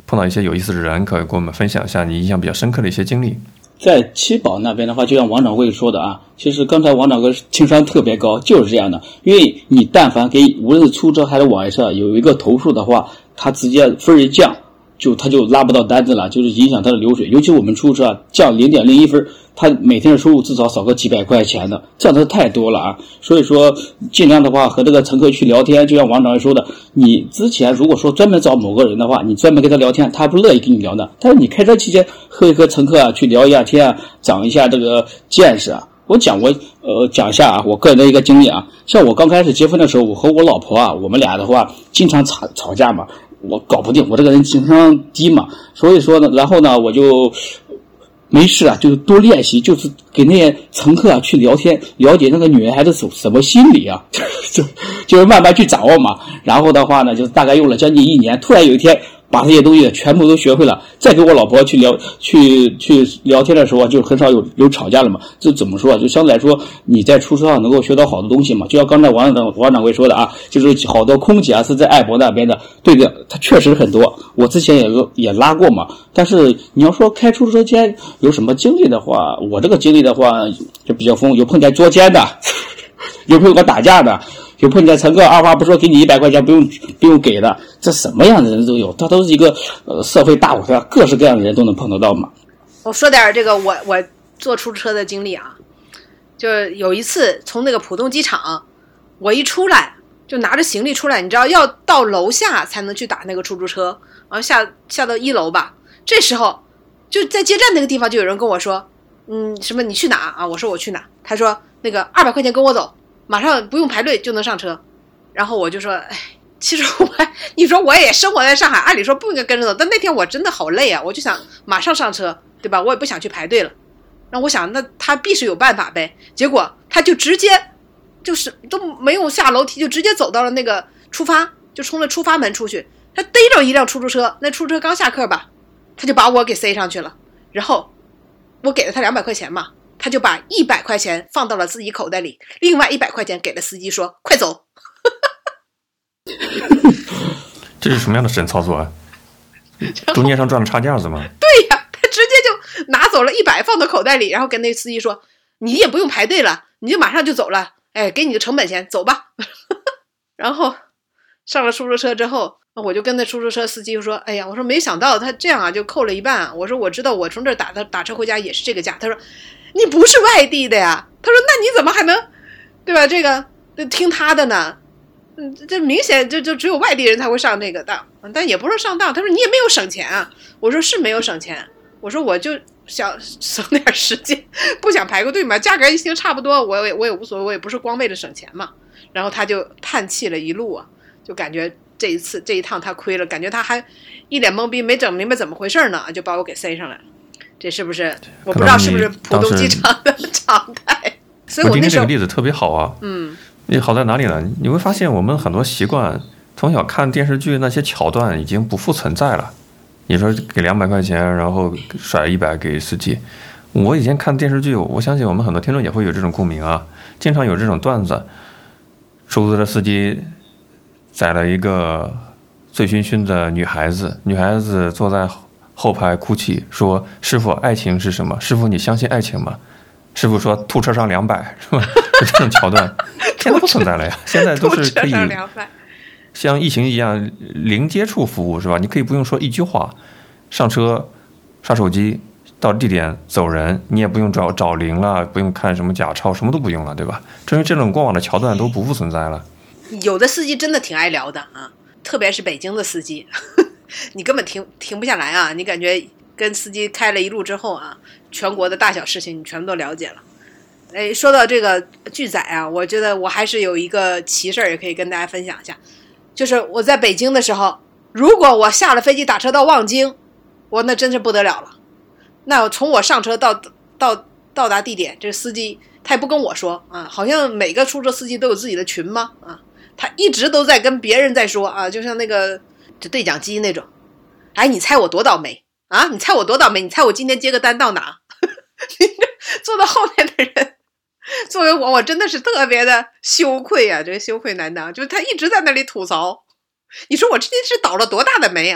碰到一些有意思的人，可以跟我们分享一下你印象比较深刻的一些经历。 在七宝那边的话，就像王掌柜说的啊，其实刚才王掌柜情商特别高，就是这样的。因为你但凡给无论是出租车还是网约车有一个投诉的话，他直接分一降，他就拉不到单子了，就是影响他的流水。尤其我们出租车降0.01分，他每天的收入至少少个几百块钱的，这样的太多了啊。所以说尽量的话和这个乘客去聊天，就像王掌柜说的，你之前如果说专门找某个人的话，你专门跟他聊天，他不乐意跟你聊的。但是你开车期间和乘客去聊一下天啊，长一下这个见识啊。我讲一下啊，我个人的一个经历啊。像我刚开始结婚的时候，我和我老婆啊，我们俩的话经常吵架嘛，我搞不定，我这个人情商低嘛，所以说呢，然后呢，我就没事啊，就是多练习，就是给那些乘客啊去聊天，了解那个女人还是什么心理啊，就是慢慢去掌握嘛。然后的话呢，就是大概用了将近1年，突然有一天把这些东西全部都学会了，再跟我老婆去聊天的时候就很少有吵架了嘛。这怎么说啊？就相对来说你在出租车上能够学到好多东西嘛。就像刚才王掌柜说的啊，就是好多空姐啊是在爱博那边的，对的，它确实很多。我之前也拉过嘛。但是你要说开出租车间有什么经历的话，我这个经历的话就比较丰富，有碰见捉奸的，有碰见打架的，有碰见乘客二话不说给你100块钱不用给的，这什么样的人都有，他都是一个社会大舞台，各式各样的人都能碰得到嘛。 我说点这个我坐出租车的经历啊，就是有一次从那个浦东机场，我一出来就拿着行李出来，你知道要到楼下才能去打那个出租车，然后下到1楼吧。这时候就在接站那个地方就有人跟我说，什么你去哪啊？我说我去哪？他说那个200块钱跟我走，马上不用排队就能上车。然后我就说，哎，其实你说我也生活在上海，按理说不应该跟着走，但那天我真的好累啊，我就想马上上车，对吧？我也不想去排队了。然后我想，那他必是有办法呗。结果他就直接就是都没有下楼梯，就直接走到了那个出发，就冲着出发门出去。他逮着一辆出租车，那出租车刚下课吧，他就把我给塞上去了。然后我给了他200块钱嘛，他就把100块钱放到了自己口袋里，另外100块钱给了司机说快走。 这是什么样的神操作啊？中间上赚了差价子吗？ 对呀，他直接就拿走了100放到口袋里，然后跟那司机说你也不用排队了，你就马上就走了，哎，给你个成本钱，走吧。然后上了出租车之后，我就跟那出租车司机说，哎呀，我说没想到他这样啊，就扣了1半啊。我说我知道我从这儿打车回家也是这个价。他说你不是外地的呀。他说那你怎么还能，对吧？这个听他的呢？这明显就只有外地人才会上这个当，但也不是上当。他说你也没有省钱啊。我说是没有省钱，我说我就想省点时间，不想排个队嘛，价格一行差不多，我也无所谓，我也不是光为了省钱嘛。然后他就叹气了一路啊，就感觉这一趟他亏了，感觉他还一脸懵逼，没整明白怎么回事呢，就把我给塞上来了。这是不是我不知道是不是浦东机场的常态？所以我那时候今天这个例子特别好啊。你好在哪里呢？你会发现我们很多习惯，从小看电视剧那些桥段已经不复存在了。你说给200块钱，然后甩100给司机。我以前看电视剧，我相信我们很多听众也会有这种共鸣啊，经常有这种段子，出租车司机载了一个醉醺醺的女孩子，女孩子坐在后排哭泣，说师傅爱情是什么？师傅你相信爱情吗？师傅说吐车上200，是吧？就这种桥段现在不存在了呀，现在都是可以像疫情一样零接触服务，是吧？你可以不用说一句话，上车刷手机到地点走人，你也不用找零了，不用看什么假钞，什么都不用了，对吧？至于这种过往的桥段都不复存在了。 有的司机真的挺爱聊的啊，特别是北京的司机，你根本停不下来啊！你感觉跟司机开了一路之后啊，全国的大小事情你全部都了解了。哎，说到这个拒载啊，我觉得我还是有一个奇事儿也可以跟大家分享一下，就是我在北京的时候，如果我下了飞机打车到望京，那真是不得了了。那从我上车到达地点，这个司机他也不跟我说啊，好像每个出租车司机都有自己的群吗？啊，他一直都在跟别人在说啊，就像那个就对讲机那种。哎，你猜我多倒霉啊？你猜我多倒霉？你猜我今天接个单到哪？坐到后面的人，作为我真的是特别的羞愧啊，这个羞愧难当。就是他一直在那里吐槽，你说我这件事倒了多大的霉啊？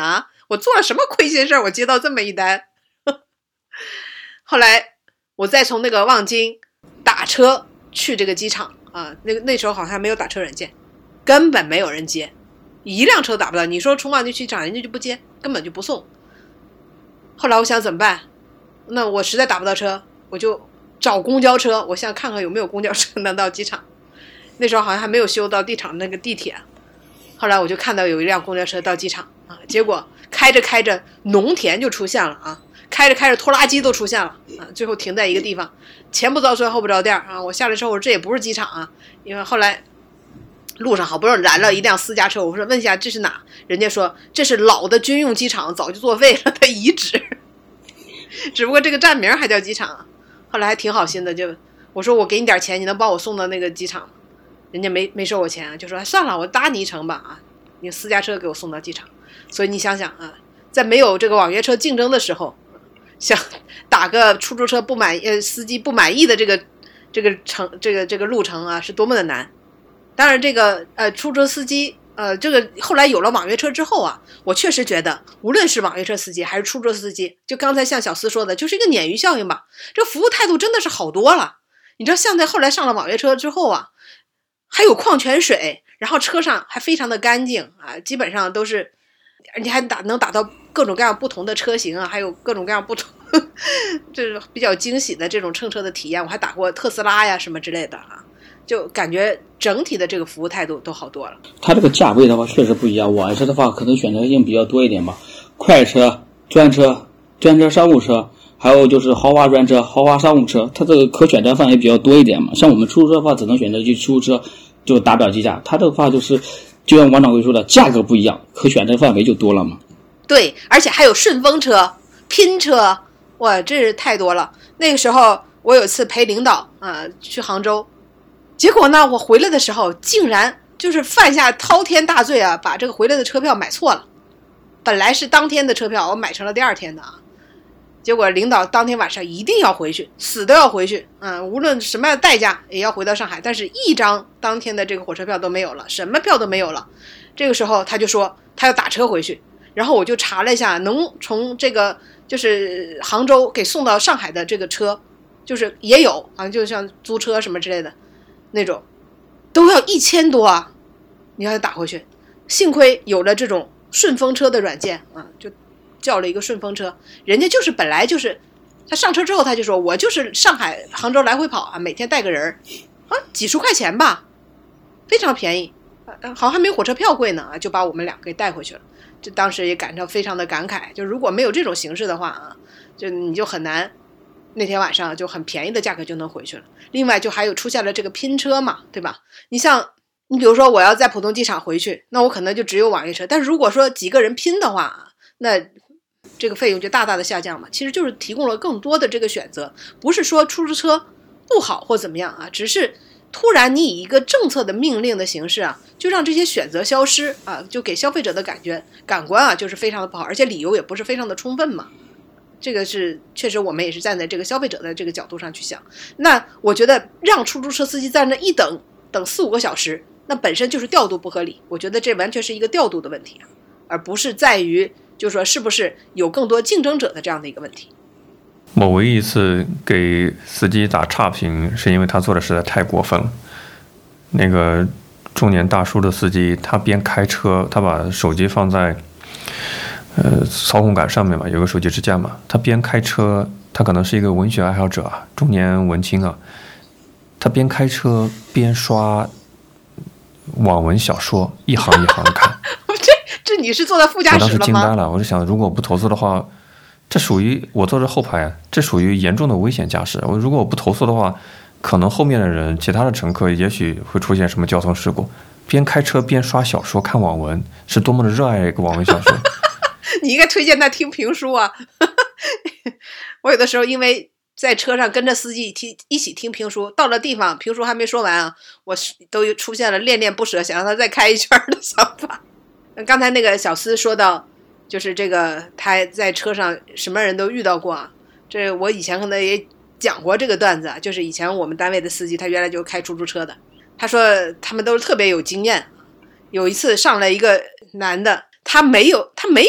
我做了什么亏心事儿，我接到这么一单。后来我再从那个望京打车去这个机场啊，那时候好像还没有打车软件，根本没有人接，一辆车打不到。你说从望京去机场，人家就不接，根本就不送。后来我想怎么办？那我实在打不到车，我就找公交车，我想看看有没有公交车能到机场。那时候好像还没有修到机场那个地铁。后来我就看到有一辆公交车到机场啊，结果开着开着农田就出现了啊，开着开着拖拉机都出现了啊，最后停在一个地方，前不着村后不着店啊。我下来之后我说这也不是机场啊，因为后来路上好不容易拦了一辆私家车，我说问一下这是哪？人家说这是老的军用机场，早就作废了，它遗址，只不过这个站名还叫机场啊。后来还挺好心的，就我说我给你点钱，你能帮我送到那个机场吗？人家没收我钱，就说算了，我搭你一程吧啊，你私家车给我送到机场。所以你想想啊，在没有这个网约车竞争的时候，想打个出租车司机不满意的这个路程啊，是多么的难。当然这个出租车司机这个后来有了网约车之后啊，我确实觉得无论是网约车司机还是出租车司机，就刚才像小司说的，就是一个鲶鱼效应吧，这服务态度真的是好多了。你知道像在后来上了网约车之后啊，还有矿泉水，然后车上还非常的干净啊，基本上都是你还能打到各种各样不同的车型啊，还有各种各样不同这是比较惊喜的这种乘车的体验。我还打过特斯拉呀什么之类的啊，就感觉整体的这个服务态度都好多了。 它这个价位的话确实不一样，网约车的话可能选择性比较多一点吧，快车、专车、商务车，还有就是豪华专车、豪华商务车，它这个可选择范围比较多一点嘛。像我们出租车的话，只能选择去出租车，就打表计价。它的话就是就像王掌柜说的，价格不一样，可选择范围就多了嘛。 对，而且还有顺风车、拼车，哇，这是太多了。那个时候我有一次陪领导去杭州，结果呢，我回来的时候竟然就是犯下滔天大罪啊，把这个回来的车票买错了。本来是当天的车票，我买成了第二天的啊。结果领导当天晚上一定要回去，死都要回去，无论什么样的代价也要回到上海，但是一张当天的这个火车票都没有了，什么票都没有了。这个时候他就说他要打车回去，然后我就查了一下，能从这个就是杭州给送到上海的这个车，就是也有，好像就像租车什么之类的那种，都要1000多啊，你要打回去。幸亏有了这种顺风车的软件啊，就叫了一个顺风车，人家就是本来就是他上车之后他就说我就是上海杭州来回跑啊，每天带个人啊，几十块钱吧，非常便宜，好像还没有火车票贵呢啊，就把我们俩给带回去了。就当时也感到非常的感慨，就如果没有这种形式的话啊，就你就很难那天晚上就很便宜的价格就能回去了。另外就还有出现了这个拼车嘛，对吧？你比如说我要在浦东机场回去，那我可能就只有网约车，但是如果说几个人拼的话，那这个费用就大大的下降嘛。其实就是提供了更多的这个选择，不是说出租车不好或怎么样啊，只是突然你以一个政策的命令的形式啊，就让这些选择消失啊，就给消费者的感官啊就是非常的不好，而且理由也不是非常的充分嘛。这个是确实我们也是站在这个消费者的这个角度上去想。那我觉得让出租车司机在那一等4-5个小时，那本身就是调度不合理，我觉得这完全是一个调度的问题啊，而不是在于就是说是不是有更多竞争者的这样的一个问题。 我唯一一次给司机打差评是因为他做的实在太过分了。那个中年大叔的司机，他边开车，他把手机放在操控杆上面嘛，有个手机支架嘛，他边开车，他可能是一个文学爱好者啊，中年文青啊，他边开车边刷网文小说，一行一行看。 这你是坐在副驾驶了吗？ 我当时惊呆了，我就想，如果我不投诉的话，这属于我坐着后排，这属于严重的危险驾驶。如果我不投诉的话，可能后面的人，其他的乘客也许会出现什么交通事故。边开车边刷小说看网文，是多么的热爱一个网文小说。 你应该推荐他听评书啊。我有的时候因为在车上跟着司机一起听评书，到了地方评书还没说完啊，我都出现了恋恋不舍，想让他再开一圈的想法。刚才那个小司说到，就是这个他在车上什么人都遇到过啊。这我以前可能也讲过这个段子啊，就是以前我们单位的司机，他原来就是开出租车的。他说他们都特别有经验。有一次上来一个男的，他没有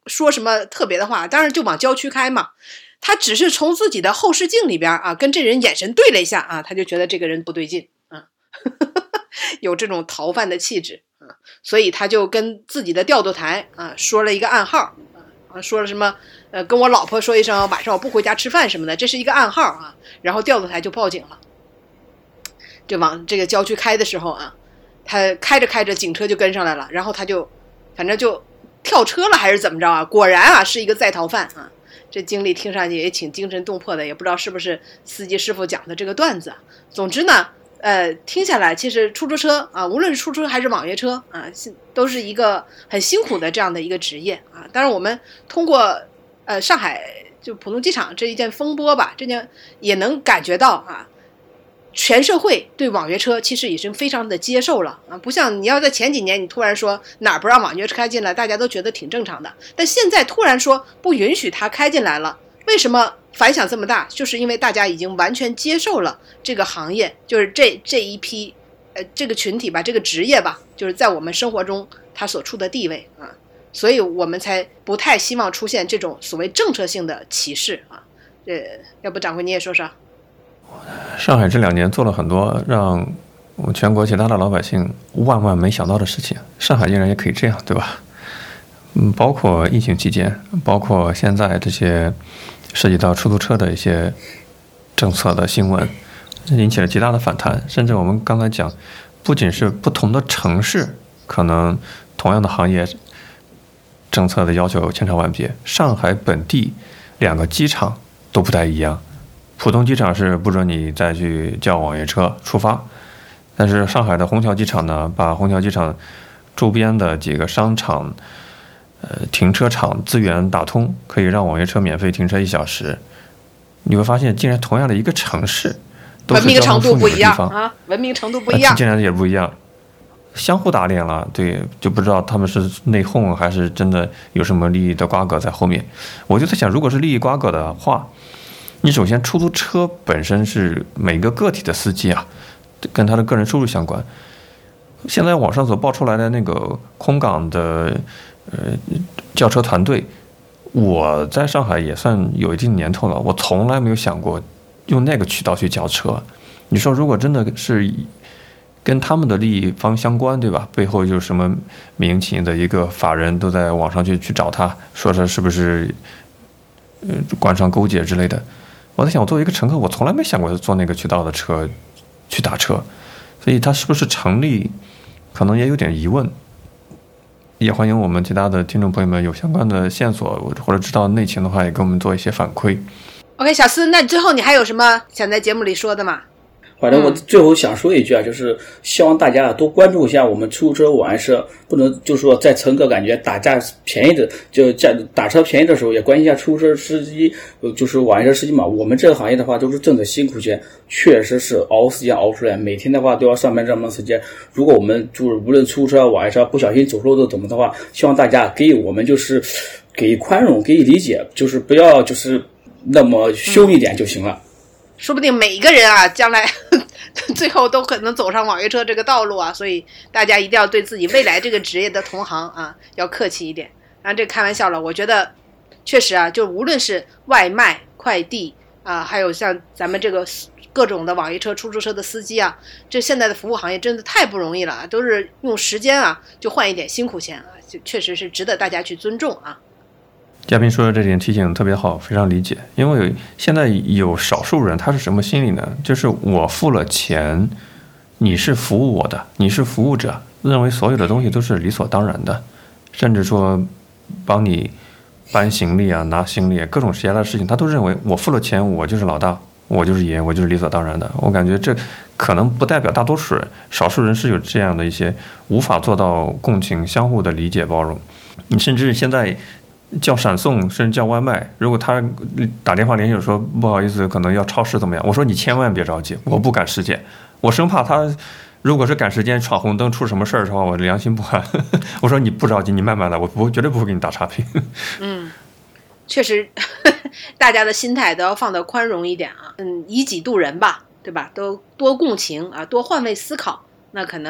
说什么特别的话，当然就往郊区开嘛。他只是从自己的后视镜里边啊，跟这人眼神对了一下啊，他就觉得这个人不对劲啊，有这种逃犯的气质啊，所以他就跟自己的调度台啊说了一个暗号啊，说了什么跟我老婆说一声晚上我不回家吃饭什么的，这是一个暗号啊，然后调度台就报警了。就往这个郊区开的时候啊，他开着开着警车就跟上来了，然后他就反正就跳车了还是怎么着啊，果然啊是一个在逃犯啊。这经历听上去也挺精神动魄的，也不知道是不是司机师傅讲的这个段子。总之呢，听下来，其实出租车啊，无论是出租车还是网约车啊，都是一个很辛苦的这样的一个职业啊。当然，我们通过上海就浦东机场这一件风波吧，这件也能感觉到啊，全社会对网约车其实已经非常的接受了啊，不像你要在前几年你突然说哪儿不让网约车开进来，大家都觉得挺正常的，但现在突然说不允许它开进来了，为什么反响这么大？就是因为大家已经完全接受了这个行业，就是这一批这个群体吧，这个职业吧，就是在我们生活中它所处的地位啊，所以我们才不太希望出现这种所谓政策性的歧视啊。要不掌柜你也说说？ 上海这2年做了很多让我们全国其他的老百姓万万没想到的事情，上海竟然也可以这样，对吧？包括疫情期间，包括现在这些涉及到出租车的一些政策的新闻，引起了极大的反弹。甚至我们刚才讲，不仅是不同的城市可能同样的行业政策的要求千差万别，上海本地2个机场都不太一样。浦东机场是不准你再去叫网约车出发，但是上海的虹桥机场呢，把虹桥机场周边的几个商场、停车场资源打通，可以让网约车免费停车1小时。你会发现，竟然同样的一个城市，都是交通枢纽的地方啊，文明程度不一样， 竟然也不一样，相互打脸了。对，就不知道他们是内讧还是真的有什么利益的瓜葛在后面。我就在想，如果是利益瓜葛的话，你首先出租车本身是每个个体的司机啊，跟他的个人收入相关。现在网上所爆出来的那个空港的轿车团队，我在上海也算有一定年头了，我从来没有想过用那个渠道去叫车。你说如果真的是跟他们的利益方相关，对吧？背后就是什么民营企业的一个法人都在网上去找他，说他是不是官商勾结之类的。我在想，我作为一个乘客，我从来没想过坐那个渠道的车去打车，所以它是不是成立，可能也有点疑问。也欢迎我们其他的听众朋友们有相关的线索或者知道内情的话，也给我们做一些反馈。 OK， 小司，那最后你还有什么想在节目里说的吗？ 反正我最后想说一句啊，就是希望大家多关注一下我们出租车网约车，不能就是说在乘客感觉打价便宜的，就打车便宜的时候，也关心一下出租车司机，就是网约车司机嘛。我们这个行业的话，都是挣的辛苦钱，确实是熬时间熬出来，每天的话都要上班这么长时间。如果我们就是无论出租车、网约车不小心走漏的怎么的话，希望大家给予我们就是给予宽容，给予理解，就是不要就是那么凶一点就行了。 说不定每一个人啊，将来最后都可能走上网约车这个道路啊，所以大家一定要对自己未来这个职业的同行啊要客气一点。当然这开玩笑了，我觉得确实啊，就无论是外卖、快递啊，还有像咱们这个各种的网约车、出租车的司机啊，这现在的服务行业真的太不容易了，都是用时间啊就换一点辛苦钱啊，就确实是值得大家去尊重啊。 嘉宾说的这点提醒特别好，非常理解。因为现在有少数人他是什么心理呢？就是我付了钱，你是服务我的，你是服务者，认为所有的东西都是理所当然的，甚至说帮你搬行李啊、拿行李啊，各种其他的事情，他都认为我付了钱，我就是老大，我就是爷，我就是理所当然的。我感觉这可能不代表大多数人，少数人是有这样的一些无法做到共情、相互的理解、包容。你甚至现在叫闪送，甚至叫外卖，如果他打电话联系说不好意思，可能要超时怎么样，我说你千万别着急，我不赶时间，我生怕他如果是赶时间闯红灯出什么事儿的话，我良心不安。我说你不着急，你慢慢来，我绝对不会给你打差评。 确实大家的心态都要放得宽容一点啊，以己度人吧，对吧？都多共情啊，多换位思考，那可能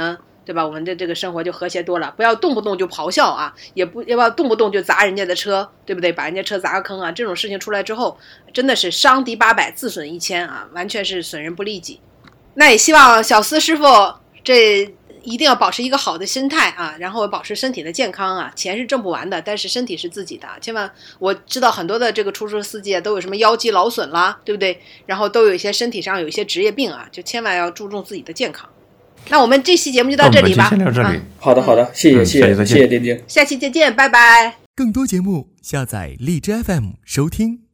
对吧？我们的这个生活就和谐多了，不要动不动就咆哮啊，也不要动不动就砸人家的车，对不对？把人家车砸个坑啊，这种事情出来之后，真的是伤敌800，自损1000啊，完全是损人不利己。那也希望小司师傅这一定要保持一个好的心态啊，然后保持身体的健康啊，钱是挣不完的，但是身体是自己的，千万，我知道很多的这个出租车司机都有什么腰肌劳损啦，对不对？然后都有一些身体上有一些职业病啊，就千万要注重自己的健康。那我们这期节目就到这里吧。 先聊这里。 好的，谢谢丁丁， 下期再见，拜拜。 更多节目下载荔枝 FM 收听。